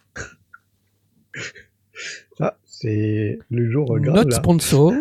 Ouais. Ça, c'est le jour grave. Notre là. sponsor.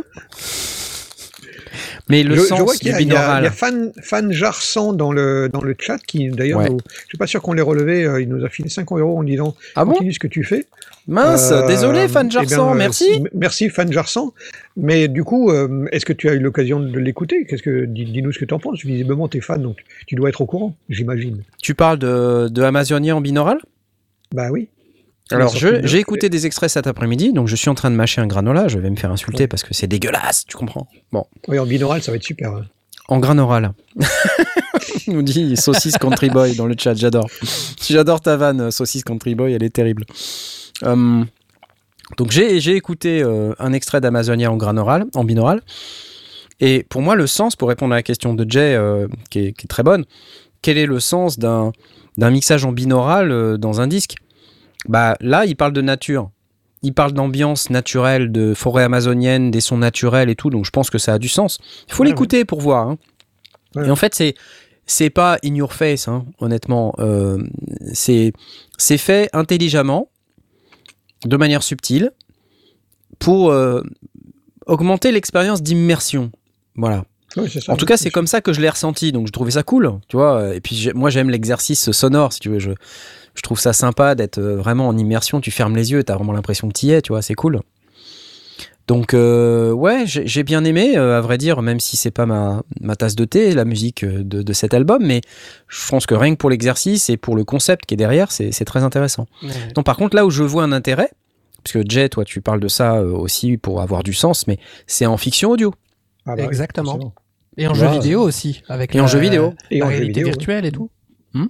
Mais le je, sens je vois qu'il y a, du binaural. Il y a, il y a fan, fan Jarsan dans le, dans le chat qui, d'ailleurs, ouais. nous, je suis pas sûr qu'on l'ait relevé, euh, il nous a filé cinq euros en disant ah continue bon ce que tu fais. Mince, euh, désolé fan Jarsan, eh bien, merci. Euh, merci fan Jarsan. Mais du coup, euh, est-ce que tu as eu l'occasion de l'écouter ? Qu'est-ce que, dis, dis-nous ce que tu en penses. Visiblement, tu es fan, donc tu dois être au courant, j'imagine. Tu parles de, de Amazonien en binaural ? Bah oui. Alors, je, j'ai écouté des extraits cet après-midi, donc je suis en train de mâcher un granola, je vais me faire insulter ouais. parce que c'est dégueulasse, tu comprends ? Bon. Oui, en binaural, ça va être super. Hein. En granoral. Il nous dit saucisse country boy dans le chat, j'adore. J'adore ta vanne, saucisse country boy, elle est terrible. Um, donc j'ai, j'ai écouté euh, un extrait d'Amazonia en granoral, en binaural, Et pour moi, le sens, pour répondre à la question de Jay, euh, qui, est, qui est très bonne, quel est le sens d'un, d'un mixage en binaural euh, dans un disque ? Bah, là, il parle de nature. Il parle d'ambiance naturelle, de forêt amazonienne, des sons naturels et tout, donc je pense que ça a du sens. Il faut ouais, l'écouter ouais. pour voir. Hein. Ouais. Et en fait, c'est, c'est pas in your face, hein, honnêtement. Euh, c'est, c'est fait intelligemment, de manière subtile, pour euh, augmenter l'expérience d'immersion. Voilà. Oui, c'est ça, en tout cas, c'est comme ça que je l'ai ressenti, donc je trouvais ça cool, tu vois. Et puis j'ai, moi, j'aime l'exercice sonore, si tu veux. Je, je trouve ça sympa d'être vraiment en immersion. Tu fermes les yeux, t'as vraiment l'impression que t'y es, tu vois. C'est cool. Donc euh, ouais, j'ai, j'ai bien aimé, euh, à vrai dire, même si c'est pas ma, ma tasse de thé, la musique de, de cet album, mais je pense que rien que pour l'exercice et pour le concept qui est derrière, c'est, c'est très intéressant. Ouais. Donc par contre, là où je vois un intérêt, parce que Jay, toi, tu parles de ça aussi pour avoir du sens, mais c'est en fiction audio. Ah bah, exactement. Oui, et en jeu wow. vidéo aussi, avec et la, en jeu vidéo. Et la en réalité vidéo, virtuelle ouais. et tout. Hmm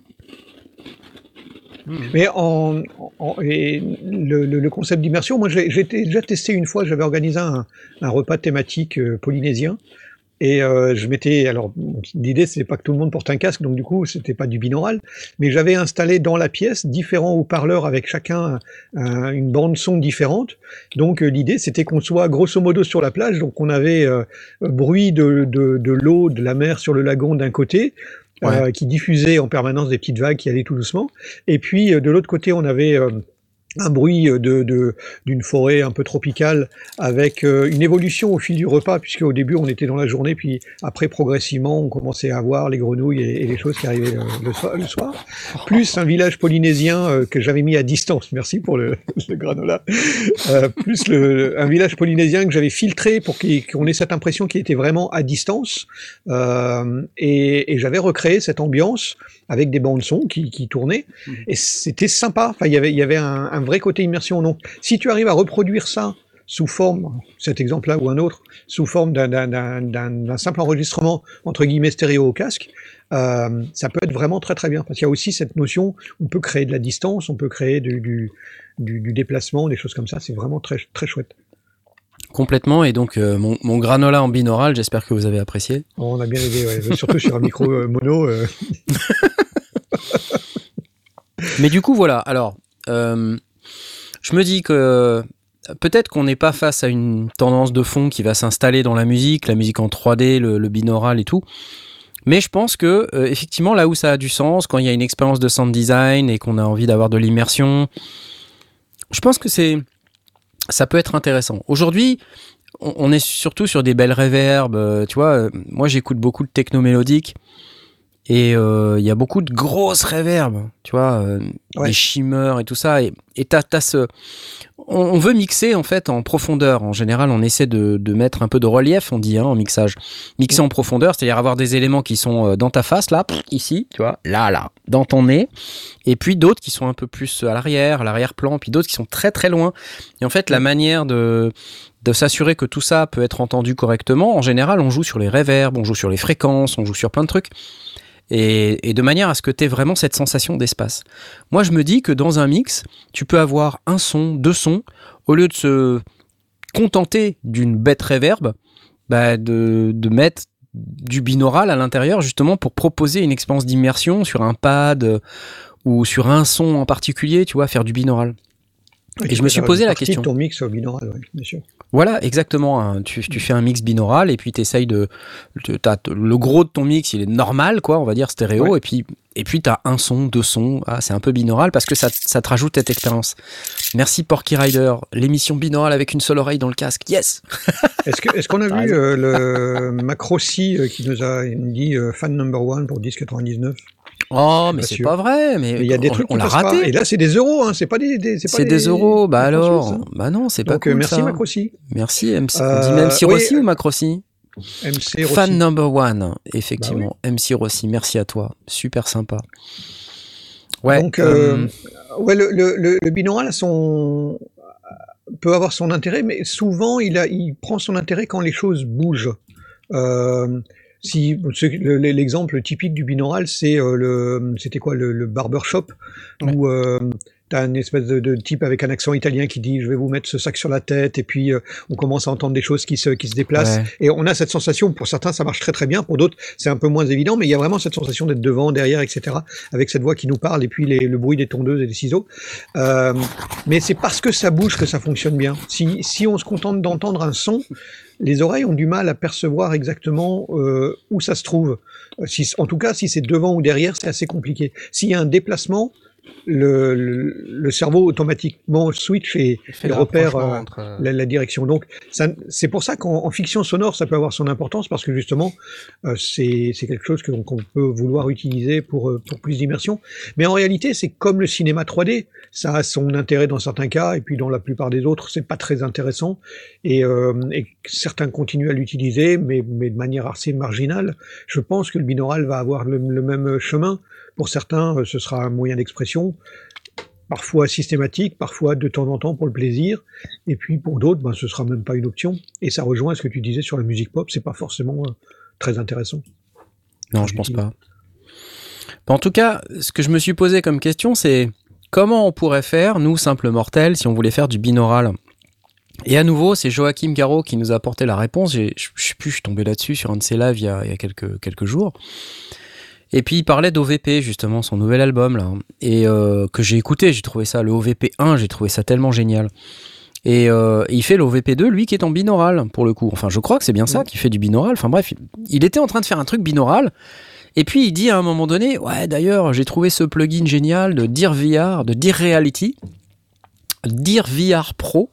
Mais en, en et le, le, le concept d'immersion, moi j'ai, j'ai déjà testé une fois, j'avais organisé un, un repas thématique euh, polynésien. Et euh, je m'étais, alors l'idée c'est pas que tout le monde porte un casque, donc du coup c'était pas du binaural, mais j'avais installé dans la pièce différents haut-parleurs avec chacun euh, une bande son différente. Donc euh, l'idée c'était qu'on soit grosso modo sur la plage, donc on avait euh, bruit de, de, de l'eau, de la mer sur le lagon d'un côté, ouais. euh, qui diffusait en permanence des petites vagues qui allaient tout doucement, et puis euh, de l'autre côté on avait euh, un bruit de, de, d'une forêt un peu tropicale avec euh, une évolution au fil du repas, puisque au début on était dans la journée, puis après progressivement on commençait à voir les grenouilles et, et les choses qui arrivaient le, le, soir, le soir, plus un village polynésien euh, que j'avais mis à distance, merci pour le, le granola, euh, plus le, un village polynésien que j'avais filtré pour qu'on ait cette impression qu'il était vraiment à distance, euh, et, et j'avais recréé cette ambiance avec des bandes son qui, qui tournaient, mmh. et c'était sympa, enfin il y avait, il y avait un, un vrai côté immersion. Donc, si tu arrives à reproduire ça sous forme, cet exemple-là ou un autre, sous forme d'un, d'un, d'un, d'un simple enregistrement, entre guillemets, stéréo au casque, euh, ça peut être vraiment très très bien. Parce qu'il y a aussi cette notion, on peut créer de la distance, on peut créer du, du, du, du déplacement, des choses comme ça. C'est vraiment très, très chouette. Complètement, et donc euh, mon, mon granola en binaural, j'espère que vous avez apprécié. On a bien aidé, ouais. Surtout sur un micro euh, mono. Euh... Mais du coup, voilà, alors... Euh, je me dis que peut-être qu'on n'est pas face à une tendance de fond qui va s'installer dans la musique, la musique en trois D, le, le binaural et tout. Mais je pense que euh, effectivement, là où ça a du sens, quand il y a une expérience de sound design et qu'on a envie d'avoir de l'immersion, je pense que c'est, ça peut être intéressant. Aujourd'hui, on, on est surtout sur des belles reverbs. Euh, tu vois, euh, moi j'écoute beaucoup de techno mélodique. Et il euh, y a beaucoup de grosses reverbs, tu vois, euh, ouais. des shimmers et tout ça. Et, et t'as, t'as ce... on, on veut mixer en fait en profondeur. En général, on essaie de, de mettre un peu de relief, on dit, hein, en mixage. Mixer ouais. en profondeur, c'est-à-dire avoir des éléments qui sont dans ta face, là, ici, tu vois, là, là, dans ton nez. Et puis d'autres qui sont un peu plus à l'arrière, à l'arrière-plan, puis d'autres qui sont très très loin. Et en fait, la manière de... de s'assurer que tout ça peut être entendu correctement, en général, on joue sur les reverbs, on joue sur les fréquences, on joue sur plein de trucs. Et, et de manière à ce que tu aies vraiment cette sensation d'espace. Moi, je me dis que dans un mix, tu peux avoir un son, deux sons, au lieu de se contenter d'une bête reverb, bah de, de mettre du binaural à l'intérieur, justement pour proposer une expérience d'immersion sur un pad euh, ou sur un son en particulier, tu vois, faire du binaural. Oui, et je me suis posé la question. De ton mix au binaural, oui, bien sûr. Voilà, exactement. Hein. Tu, tu fais un mix binaural et puis tu essayes de... T'as, le gros de ton mix, il est normal, quoi, on va dire stéréo, ouais. et puis et puis tu as un son, deux sons. Ah, c'est un peu binaural parce que ça, ça te rajoute cette expérience. Merci Porky Rider, l'émission binaurale avec une seule oreille dans le casque. Yes. Est-ce, que, est-ce qu'on a vu euh, le Macrossi euh, qui nous a dit euh, fan number one pour dix quatre-vingt-dix-neuf? Oh, mais c'est sûr. Pas vrai, mais il y a des on, trucs on l'a raté. Pas. Et là, c'est des euros, hein, c'est pas des, des c'est pas c'est des, des euros, bah des alors, ça. bah non, c'est pas Donc, cool, merci ça. Macrossi. Merci M C. Euh, on dit M C oui, Rossi euh, ou Macrossi? M C Rossi. Fan number one, effectivement. Bah oui. M C Rossi, merci à toi, super sympa. Ouais. Donc, euh, euh, ouais, le, le, le, le binaural a son peut avoir son intérêt, mais souvent il a, il prend son intérêt quand les choses bougent. Euh, Si l'exemple typique du binaural, c'est euh, le, c'était quoi le, le barbershop, ouais. où euh, t'as une espèce de, de type avec un accent italien qui dit je vais vous mettre ce sac sur la tête, et puis euh, on commence à entendre des choses qui se, qui se déplacent. Ouais. Et on a cette sensation, pour certains ça marche très très bien, pour d'autres c'est un peu moins évident, mais il y a vraiment cette sensation d'être devant, derrière, et cetera. Avec cette voix qui nous parle, et puis les, le bruit des tondeuses et des ciseaux. Euh, mais c'est parce que ça bouge que ça fonctionne bien. Si, si on se contente d'entendre un son, les oreilles ont du mal à percevoir exactement euh, où ça se trouve. Si, en tout cas, si c'est devant ou derrière, c'est assez compliqué. S'il y a un déplacement, le, le, le cerveau automatiquement switch et, et repère euh, entre... la, la direction. Donc, ça, c'est pour ça qu'en en fiction sonore, ça peut avoir son importance, parce que justement, euh, c'est, c'est quelque chose que, qu'on peut vouloir utiliser pour, pour plus d'immersion. Mais en réalité, c'est comme le cinéma trois D. Ça a son intérêt dans certains cas, et puis dans la plupart des autres, c'est pas très intéressant. Et, euh, et certains continuent à l'utiliser, mais, mais de manière assez marginale. Je pense que le binaural va avoir le, le même chemin. Pour certains, ce sera un moyen d'expression, parfois systématique, parfois de temps en temps pour le plaisir, et puis pour d'autres, ben, ce sera même pas une option. Et ça rejoint ce que tu disais sur la musique pop, c'est pas forcément euh, très intéressant. Non, je pense pas. En tout cas, ce que je me suis posé comme question, c'est comment on pourrait faire, nous, simples mortels, si on voulait faire du binaural. Et à nouveau, c'est Joachim Garraud qui nous a apporté la réponse. J'ai, je sais plus, je suis tombé là-dessus sur un de ses lives il y a, il y a quelques, quelques jours. Et puis il parlait d'O V P, justement, son nouvel album, là, et euh, que j'ai écouté, j'ai trouvé ça, le O V P un, j'ai trouvé ça tellement génial. Et euh, il fait le O V P deux, lui, qui est en binaural, pour le coup. Enfin, je crois que c'est bien ça, qu'il fait du binaural. Enfin bref, il était en train de faire un truc binaural, et puis il dit à un moment donné, ouais, d'ailleurs, j'ai trouvé ce plugin génial de Dear V R, de Dear Reality, Dear V R Pro,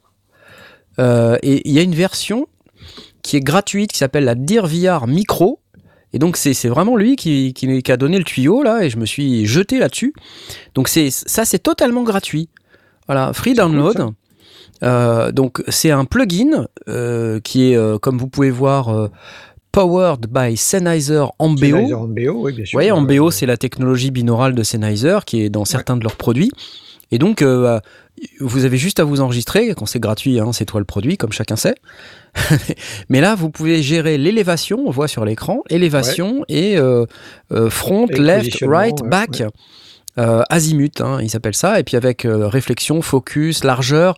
euh, et il y a une version qui est gratuite, qui s'appelle la Dear V R Micro. Et donc c'est, c'est vraiment lui qui, qui, qui a donné le tuyau là, et je me suis jeté là-dessus. Donc c'est, ça c'est totalement gratuit. Voilà, free download. Cool, euh, donc c'est un plugin euh, qui est, euh, comme vous pouvez voir, euh, powered by Sennheiser en B O. Sennheiser en B O, oui, bien sûr. Oui, en B O, c'est la technologie binaurale de Sennheiser qui est dans certains ouais. de leurs produits. Et donc, euh, vous avez juste à vous enregistrer, quand c'est gratuit, hein, c'est toi le produit, comme chacun sait. Mais là, vous pouvez gérer l'élévation, on voit sur l'écran, élévation ouais. et euh, euh, front, et left, right, ouais, back, ouais. Euh, azimut, hein, il s'appelle ça, et puis avec euh, réflexion, focus, largeur,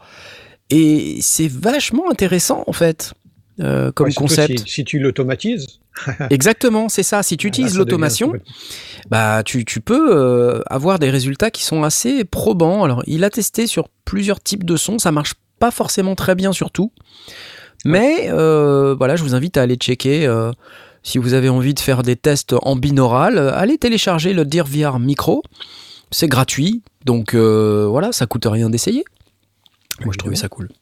et c'est vachement intéressant en fait, euh, comme ouais, concept. Si, si tu l'automatises. Exactement, c'est ça. Si tu utilises là, l'automation, bah tu, tu peux euh, avoir des résultats qui sont assez probants. Alors, il a testé sur plusieurs types de sons, ça marche pas forcément très bien sur tout. Mais euh, voilà, je vous invite à aller checker. Euh, si vous avez envie de faire des tests en binaural, euh, allez télécharger le Dear V R Micro. C'est gratuit, donc euh, voilà, ça coûte rien d'essayer. Moi, je trouvais ça cool.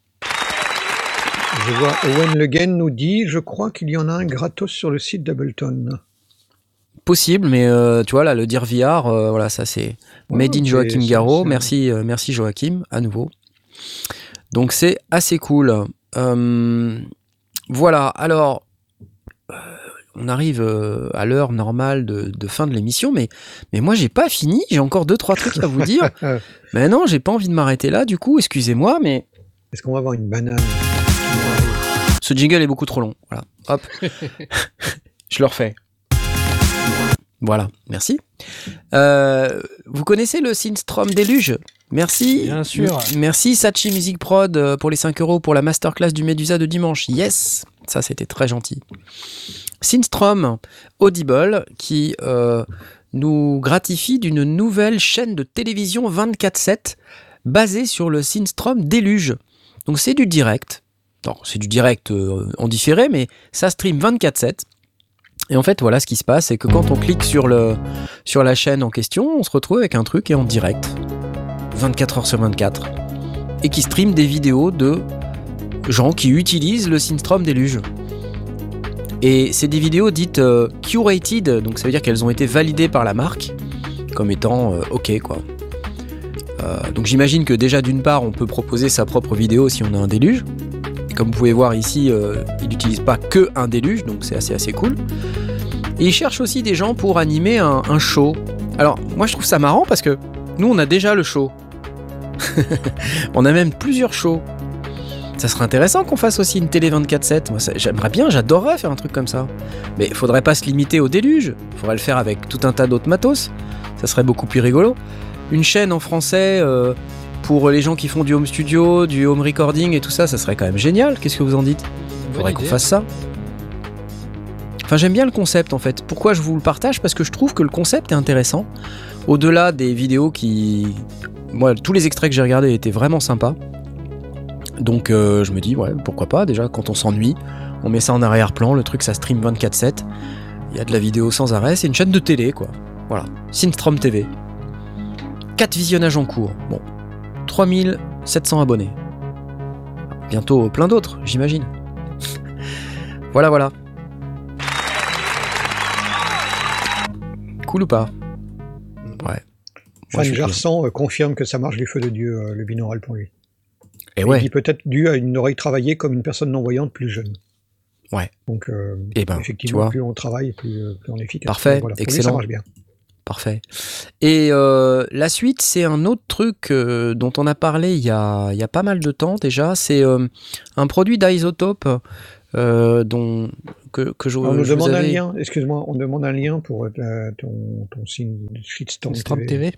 Je vois Owen Le Guen nous dit, je crois qu'il y en a un gratos sur le site d'Ableton. Possible, mais euh, tu vois là, le Dear V R, euh, voilà, ça c'est ouais, made in Joachim c'est, Garraud. C'est... Merci, euh, merci Joachim à nouveau. Donc c'est assez cool. Euh, voilà. Alors, euh, on arrive euh, à l'heure normale de, de fin de l'émission, mais mais moi j'ai pas fini. J'ai encore deux trois trucs à vous dire. Mais non, j'ai pas envie de m'arrêter là. Du coup, excusez-moi, mais est-ce qu'on va avoir une banane? Ce jingle est beaucoup trop long. Voilà. Hop. Je le refais. Voilà. Merci. Euh, vous connaissez le Synthstrom Déluge? Merci. Bien sûr. Merci Sachi Music Prod pour les cinq euros pour la masterclass du Medusa de dimanche. Yes. Ça, c'était très gentil. Synthstrom Audible qui euh, nous gratifie d'une nouvelle chaîne de télévision vingt-quatre sept basée sur le Synthstrom Déluge. Donc c'est du direct. Non, c'est du direct euh, en différé, mais ça stream vingt-quatre sept. Et en fait, voilà, ce qui se passe, c'est que quand on clique sur, le, sur la chaîne en question, on se retrouve avec un truc qui est en direct, vingt-quatre heures sur vingt-quatre, et qui stream des vidéos de gens qui utilisent le Synthstrom Déluge. Et c'est des vidéos dites euh, curated, donc ça veut dire qu'elles ont été validées par la marque, comme étant euh, OK, quoi. Euh, donc j'imagine que déjà, d'une part, on peut proposer sa propre vidéo si on a un déluge. Comme vous pouvez voir ici, euh, il n'utilise pas que un déluge, donc c'est assez assez cool. Et il cherche aussi des gens pour animer un, un show. Alors, moi je trouve ça marrant parce que nous on a déjà le show. On a même plusieurs shows. Ça serait intéressant qu'on fasse aussi une télé vingt-quatre sept. Moi, ça, j'aimerais bien, j'adorerais faire un truc comme ça. Mais il faudrait pas se limiter au déluge. Il faudrait le faire avec tout un tas d'autres matos. Ça serait beaucoup plus rigolo. une chaîne en français euh, pour les gens qui font du home studio, du home recording et tout ça, ça serait quand même génial. Qu'est-ce que vous en dites ? Il faudrait qu'on fasse ça. Enfin, j'aime bien le concept en fait. Pourquoi je vous le partage ? Parce que je trouve que le concept est intéressant. Au-delà des vidéos qui... Moi, tous les extraits que j'ai regardés étaient vraiment sympas. Donc euh, je me dis, ouais, pourquoi pas, déjà, quand on s'ennuie, on met ça en arrière-plan, le truc ça stream vingt-quatre sept. Il y a de la vidéo sans arrêt, c'est une chaîne de télé, quoi. Voilà, Synstrom T V. quatre visionnages en cours. Bon, trois mille sept cents abonnés. Bientôt plein d'autres, j'imagine. Voilà, voilà. Cool ou pas ? Ouais. Fan Jarsan euh, confirme que ça marche du feu de Dieu, euh, le binaural pour lui. Et, Et ouais. il dit peut-être dû à une oreille travaillée comme une personne non-voyante plus jeune. Ouais. Donc, euh, et ben, effectivement, plus on travaille, plus, plus on est efficace. Parfait, voilà. Excellent. Lui, ça marche bien. Parfait. Et euh, la suite, c'est un autre truc euh, dont on a parlé il y a, il y a pas mal de temps déjà. C'est euh, un produit d'Isotope euh, dont que, que je, on nous je demande vous avais... un lien. Excuse-moi, on demande un lien pour euh, ton ton signe Shitstorm T V. T V.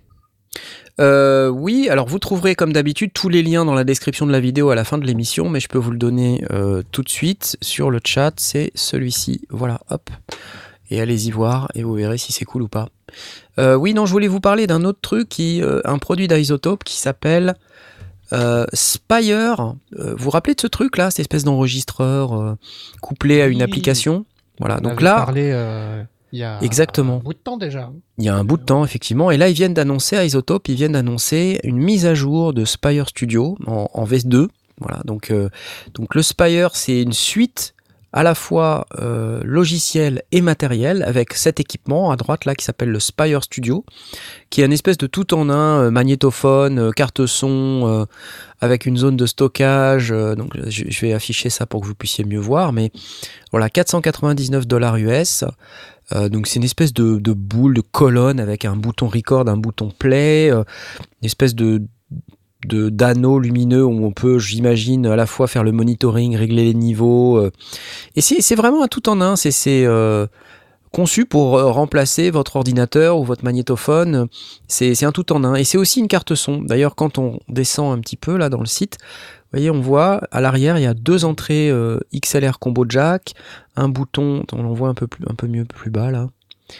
Euh, oui, alors vous trouverez comme d'habitude tous les liens dans la description de la vidéo à la fin de l'émission, mais je peux vous le donner euh, tout de suite sur le chat. C'est celui-ci. Voilà, hop. Et allez-y voir et vous verrez si c'est cool ou pas. Euh, oui, non, je voulais vous parler d'un autre truc, qui, euh, un produit d'Isotope qui s'appelle euh, Spire. Euh, vous vous rappelez de ce truc-là, cette espèce d'enregistreur euh, couplé à une Oui. application ? Voilà, On donc avait là, parlé, euh, il y a exactement. un bout de temps déjà. Il y a un bout de temps, effectivement, et là ils viennent d'annoncer, à Isotope, ils viennent d'annoncer une mise à jour de Spire Studio en, en V S deux. Voilà, donc, euh, donc le Spire, c'est une suite à la fois euh, logiciel et matériel, avec cet équipement à droite là qui s'appelle le Spire Studio, qui est une espèce de tout en un, euh, magnétophone, euh, carte son, euh, avec une zone de stockage. Euh, donc je, je vais afficher ça pour que vous puissiez mieux voir, mais voilà, quatre cent quatre-vingt-dix-neuf dollars U S. Euh, donc c'est une espèce de, de boule, de colonne avec un bouton record, un bouton play, euh, une espèce de de d'anneau lumineux où on peut, j'imagine, à la fois faire le monitoring, régler les niveaux. Euh, et c'est, c'est vraiment un tout en un. C'est, c'est euh, conçu pour euh, remplacer votre ordinateur ou votre magnétophone. C'est, c'est un tout en un. Et c'est aussi une carte son. D'ailleurs, quand on descend un petit peu là dans le site, vous voyez, on voit à l'arrière, il y a deux entrées euh, X L R combo jack, un bouton, on le voit un peu plus, un peu mieux plus bas là.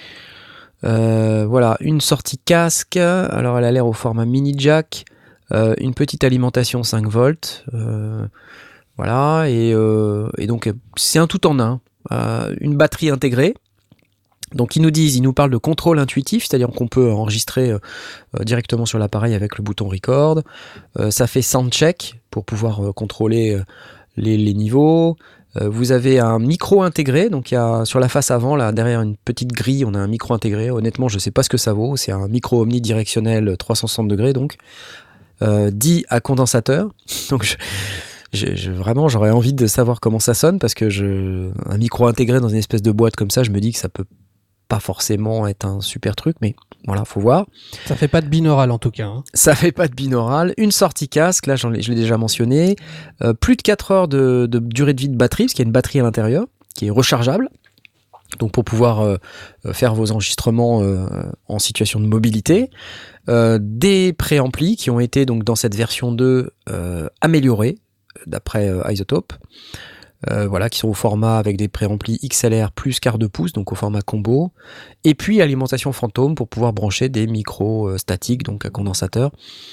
Euh, voilà, une sortie casque. Alors elle a l'air au format mini jack. Euh, une petite alimentation cinq volts, euh, voilà, et, euh, et donc c'est un tout en un, euh, une batterie intégrée. Donc ils nous disent, ils nous parlent de contrôle intuitif, c'est-à-dire qu'on peut enregistrer euh, directement sur l'appareil avec le bouton record. Euh, ça fait soundcheck pour pouvoir euh, contrôler euh, les, les niveaux. Euh, vous avez un micro intégré, donc il y a sur la face avant, là derrière une petite grille, on a un micro intégré. Honnêtement, je sais pas ce que ça vaut. C'est un micro omnidirectionnel trois cent soixante degrés, donc. Euh, dit à condensateur. Donc je, je, je, vraiment j'aurais envie de savoir comment ça sonne, parce que je, un micro intégré dans une espèce de boîte comme ça, je me dis que ça peut pas forcément être un super truc, mais voilà, faut voir. Ça fait pas de binaural en tout cas. Hein. Ça fait pas de binaural. Une sortie casque, là j'en ai, je l'ai déjà mentionné. Euh, plus de quatre heures de, de durée de vie de batterie, parce qu'il y a une batterie à l'intérieur qui est rechargeable. Donc pour pouvoir euh, faire vos enregistrements euh, en situation de mobilité. Euh, des préamplis qui ont été donc dans cette version deux euh, améliorés d'après euh, Isotope, euh, voilà, qui sont au format avec des préamplis X L R plus quart de pouce, donc au format combo, et puis alimentation fantôme pour pouvoir brancher des micros euh, statiques, donc à condensateur.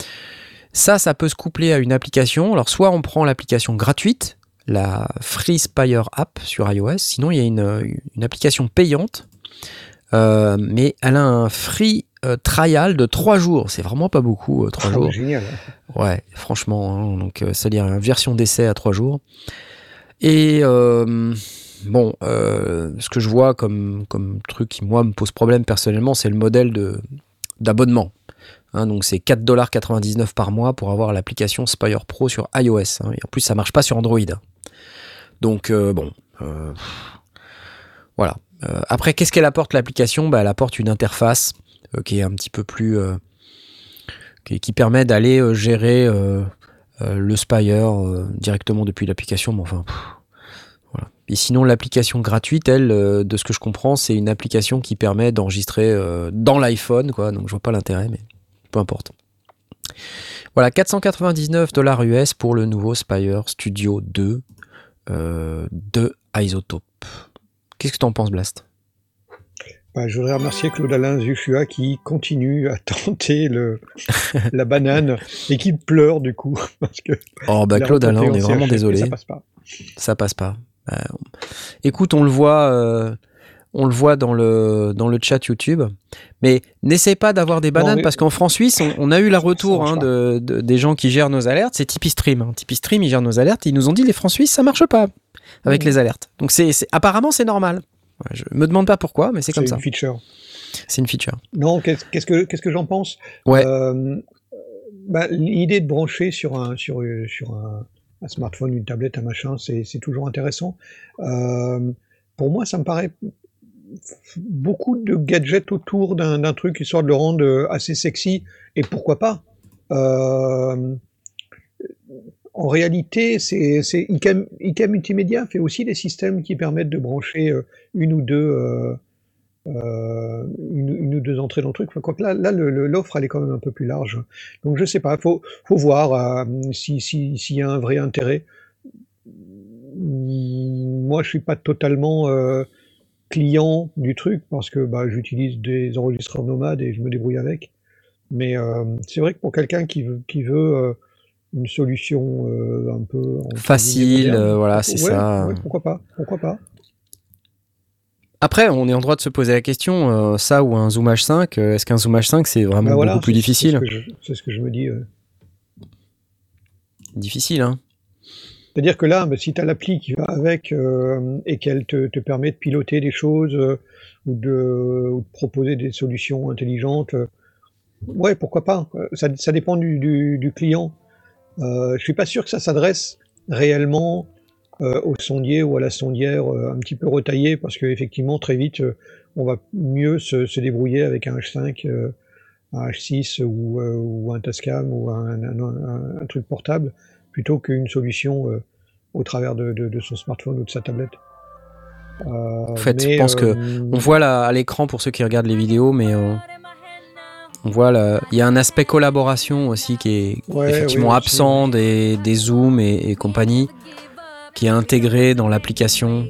Ça, ça peut se coupler à une application. Alors soit on prend l'application gratuite, la Free Spire App sur iOS, sinon il y a une, une application payante, euh, mais elle a un free euh, trial de trois jours. C'est vraiment pas beaucoup, euh, trois Oh, jours. génial. Ouais, franchement, hein, donc euh, c'est-à-dire une version d'essai à trois jours. Et euh, bon, euh, ce que je vois comme, comme truc qui moi me pose problème personnellement, c'est le modèle de, d'abonnement. Hein, donc c'est quatre dollars quatre-vingt-dix-neuf par mois pour avoir l'application Spire Pro sur iOS. Hein, et en plus, ça marche pas sur Android. Donc euh, bon, euh, voilà. Euh, après, qu'est-ce qu'elle apporte l'application ? Bah, elle apporte une interface euh, qui est un petit peu plus, euh, qui, qui permet d'aller euh, gérer euh, euh, le Spire euh, directement depuis l'application. Mais enfin, pff, voilà. Et sinon, l'application gratuite, elle, euh, de ce que je comprends, c'est une application qui permet d'enregistrer euh, dans l'iPhone, quoi. Donc je vois pas l'intérêt, mais peu importe. Voilà, quatre cent quatre-vingt-dix-neuf dollars U S pour le nouveau Spire Studio deux euh, de Isotope. Qu'est-ce que tu en penses, Blast? Bah, je voudrais remercier Claude-Alain Zufua qui continue à tenter le, la banane et qui pleure du coup. Parce que oh bah Claude-Alain, on est vraiment désolé. Ça passe pas. Ça passe pas. Euh, écoute, on le voit, euh, on le voit dans le dans le chat YouTube. Mais n'essaie pas d'avoir des bananes non, mais... parce qu'en France-Suisse, on, on a eu la retour hein, de, de, des gens qui gèrent nos alertes. C'est Tipeee Stream. Hein. Tipeee Stream, ils gèrent nos alertes. Ils nous ont dit les France-Suisses, ça marche pas avec mmh. les alertes. Donc c'est, c'est apparemment c'est normal. Ouais, je me demande pas pourquoi, mais c'est, c'est comme ça. C'est une feature. C'est une feature. Non, qu'est-ce, qu'est-ce que qu'est-ce que j'en pense? Ouais. Euh, bah, l'idée de brancher sur un sur sur un, un smartphone, une tablette, un machin, c'est c'est toujours intéressant. Euh, pour moi, ça me paraît beaucoup de gadgets autour d'un, d'un truc histoire de le rendre assez sexy. Et pourquoi pas? Euh, En réalité, c'est, c'est I K M, I K M Multimédia fait aussi des systèmes qui permettent de brancher euh, une ou deux euh, euh, une, une ou deux entrées dans le truc. Enfin, quoi que là, là le, le, l'offre elle est quand même un peu plus large. Donc je sais pas, faut faut voir euh, si si s'il y a un vrai intérêt. Moi, je suis pas totalement euh, client du truc parce que bah, j'utilise des enregistreurs nomades et je me débrouille avec. Mais euh, c'est vrai que pour quelqu'un qui veut qui veut euh, une solution euh, un peu facile, euh, voilà, c'est ouais, ça. Ouais, pourquoi pas, pourquoi pas. Après, on est en droit de se poser la question, euh, ça ou un Zoom H cinq, euh, est-ce qu'un Zoom H cinq c'est vraiment bah voilà, beaucoup plus c'est, difficile? C'est ce, je, c'est ce que je me dis. Euh. Difficile, hein. C'est-à-dire que là, bah, si tu as l'appli qui va avec euh, et qu'elle te, te permet de piloter des choses euh, ou, de, ou de proposer des solutions intelligentes, euh, ouais, pourquoi pas. Ça, ça dépend du, du, du client. Euh, je suis pas sûr que ça s'adresse réellement euh, au sondier ou à la sondière euh, un petit peu retaillée parce qu'effectivement très vite euh, on va mieux se, se débrouiller avec un H cinq, euh, un H six ou, euh, ou un Tascam ou un, un, un, un truc portable plutôt qu'une solution euh, au travers de, de, de son smartphone ou de sa tablette. Euh, en fait, mais, je pense euh, que on voit là, à l'écran pour ceux qui regardent les vidéos, mais euh... on voit là, il y a un aspect collaboration aussi qui est ouais, effectivement oui, absent des, des Zooms et, et compagnie, qui est intégré dans l'application.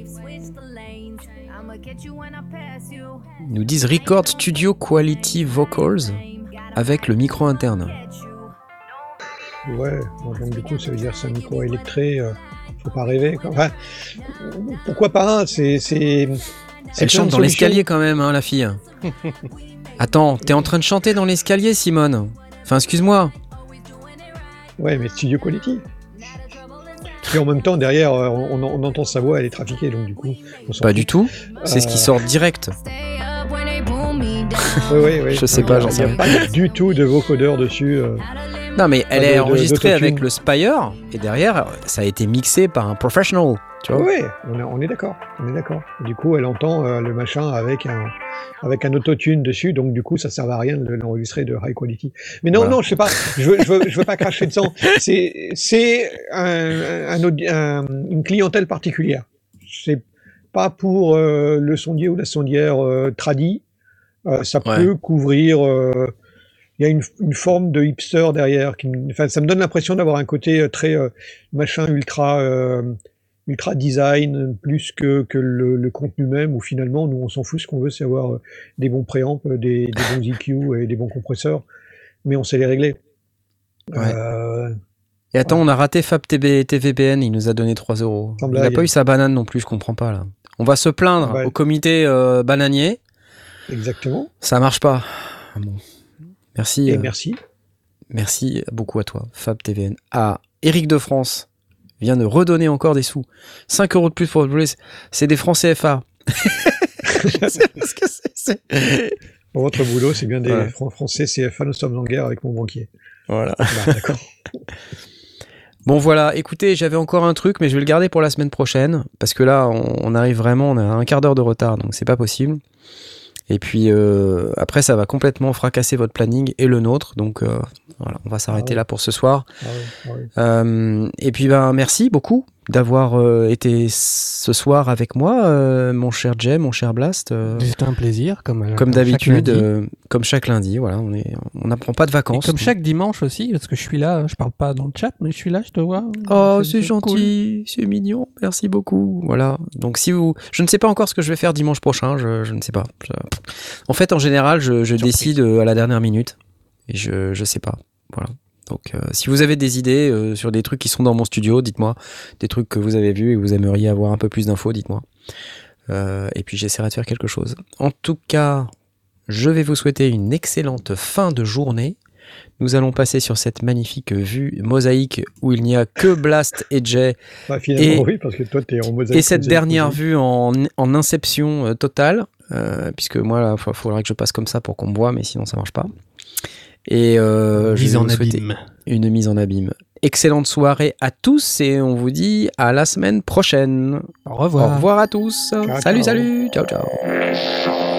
Ils nous disent Record Studio Quality Vocals avec le micro interne. Ouais, donc du coup ça veut dire que c'est un micro électré, euh, faut pas rêver. Quoi. Enfin, pourquoi pas, hein, c'est, c'est, c'est... Elle chante dans l'escalier quand même, hein, la fille. Attends, t'es en train de chanter dans l'escalier, Simone? Enfin, excuse-moi. Ouais, mais Studio Quality. Et en même temps, derrière, on, on entend sa voix, elle est trafiquée, donc du coup... On pas du tout, c'est euh... ce qui sort direct. Oui, oui, oui. Je sais pas, j'en sais rien. Il n'y a pas du tout de vocodeur dessus. Euh... Non, mais elle est de, enregistrée de, avec le Spire, et derrière, ça a été mixé par un professional, tu vois. Oui, on, on est d'accord, on est d'accord. Du coup, elle entend euh, le machin avec un... avec un autotune dessus, donc du coup ça sert à rien de l'enregistrer de high quality. Mais non, voilà. non, je sais pas, je veux, je veux, je veux pas cracher de sang. C'est, c'est un, un, un, une clientèle particulière. C'est pas pour euh, le sondier ou la sondière euh, tradie. Euh, ça ouais. peut couvrir. Il euh, y a une, une forme de hipster derrière. Qui, enfin, ça me donne l'impression d'avoir un côté très euh, machin ultra. Euh, ultra design plus que, que le, le contenu même où finalement nous on s'en fout, ce qu'on veut c'est avoir des bons préamps, des, des bons E Q et des bons compresseurs, mais on sait les régler. Ouais. Euh, et attends, ouais. on a raté Fab T V P N, il nous a donné trois euros. Il n'a pas eu sa banane non plus, je comprends pas là. On va se plaindre ouais. au comité euh, bananier. Exactement. Ça marche pas. Bon. Merci. Et euh, merci. Merci beaucoup à toi, Fab T V N. À Eric de France vient de redonner encore des sous. cinq euros de plus pour le bleu, c'est des francs C F A. C'est parce que c'est, c'est... Pour votre boulot, c'est bien des ouais. francs français C F A, nous sommes en guerre avec mon banquier. Voilà. Bah, d'accord. Bon voilà, écoutez, j'avais encore un truc, mais je vais le garder pour la semaine prochaine, parce que là, on, on arrive vraiment, on a un quart d'heure de retard, donc c'est pas possible. Et puis euh, après, ça va complètement fracasser votre planning et le nôtre. Donc euh, voilà, on va s'arrêter ah oui. là pour ce soir. Ah oui, ah oui. Euh, et puis ben merci beaucoup d'avoir euh, été ce soir avec moi, euh, mon cher Jay, mon cher Blast. Euh, C'était un plaisir, comme, comme, comme d'habitude, chaque euh, comme chaque lundi. Voilà, on est, on n'apprend pas de Et vacances. comme chaque dimanche aussi, parce que je suis là, je parle pas dans le chat, mais je suis là, je te vois. Oh, c'est, c'est gentil, cool. C'est mignon, merci beaucoup. Voilà. Donc si vous, je ne sais pas encore ce que je vais faire dimanche prochain, je, je ne sais pas. Je... En fait, en général, je, je décide à la dernière minute et je, je sais pas. Voilà. Donc, euh, si vous avez des idées euh, sur des trucs qui sont dans mon studio, dites-moi. Des trucs que vous avez vus et que vous aimeriez avoir un peu plus d'infos, dites-moi. Euh, et puis, j'essaierai de faire quelque chose. En tout cas, je vais vous souhaiter une excellente fin de journée. Nous allons passer sur cette magnifique vue mosaïque où il n'y a que Blast et Jay. Bah, finalement, et, oui, parce que toi, t'es en mosaïque. Et cette dernière mosaïque. Vue en, en inception euh, totale, euh, puisque moi, il faudrait que je passe comme ça pour qu'on me voit, mais sinon, ça marche pas. Et euh, mise je en vais vous abîme. Une mise en abîme. Excellente soirée à tous et on vous dit à la semaine prochaine. Au revoir. Au revoir à tous. Ciao, salut, ciao. salut. Ciao, ciao.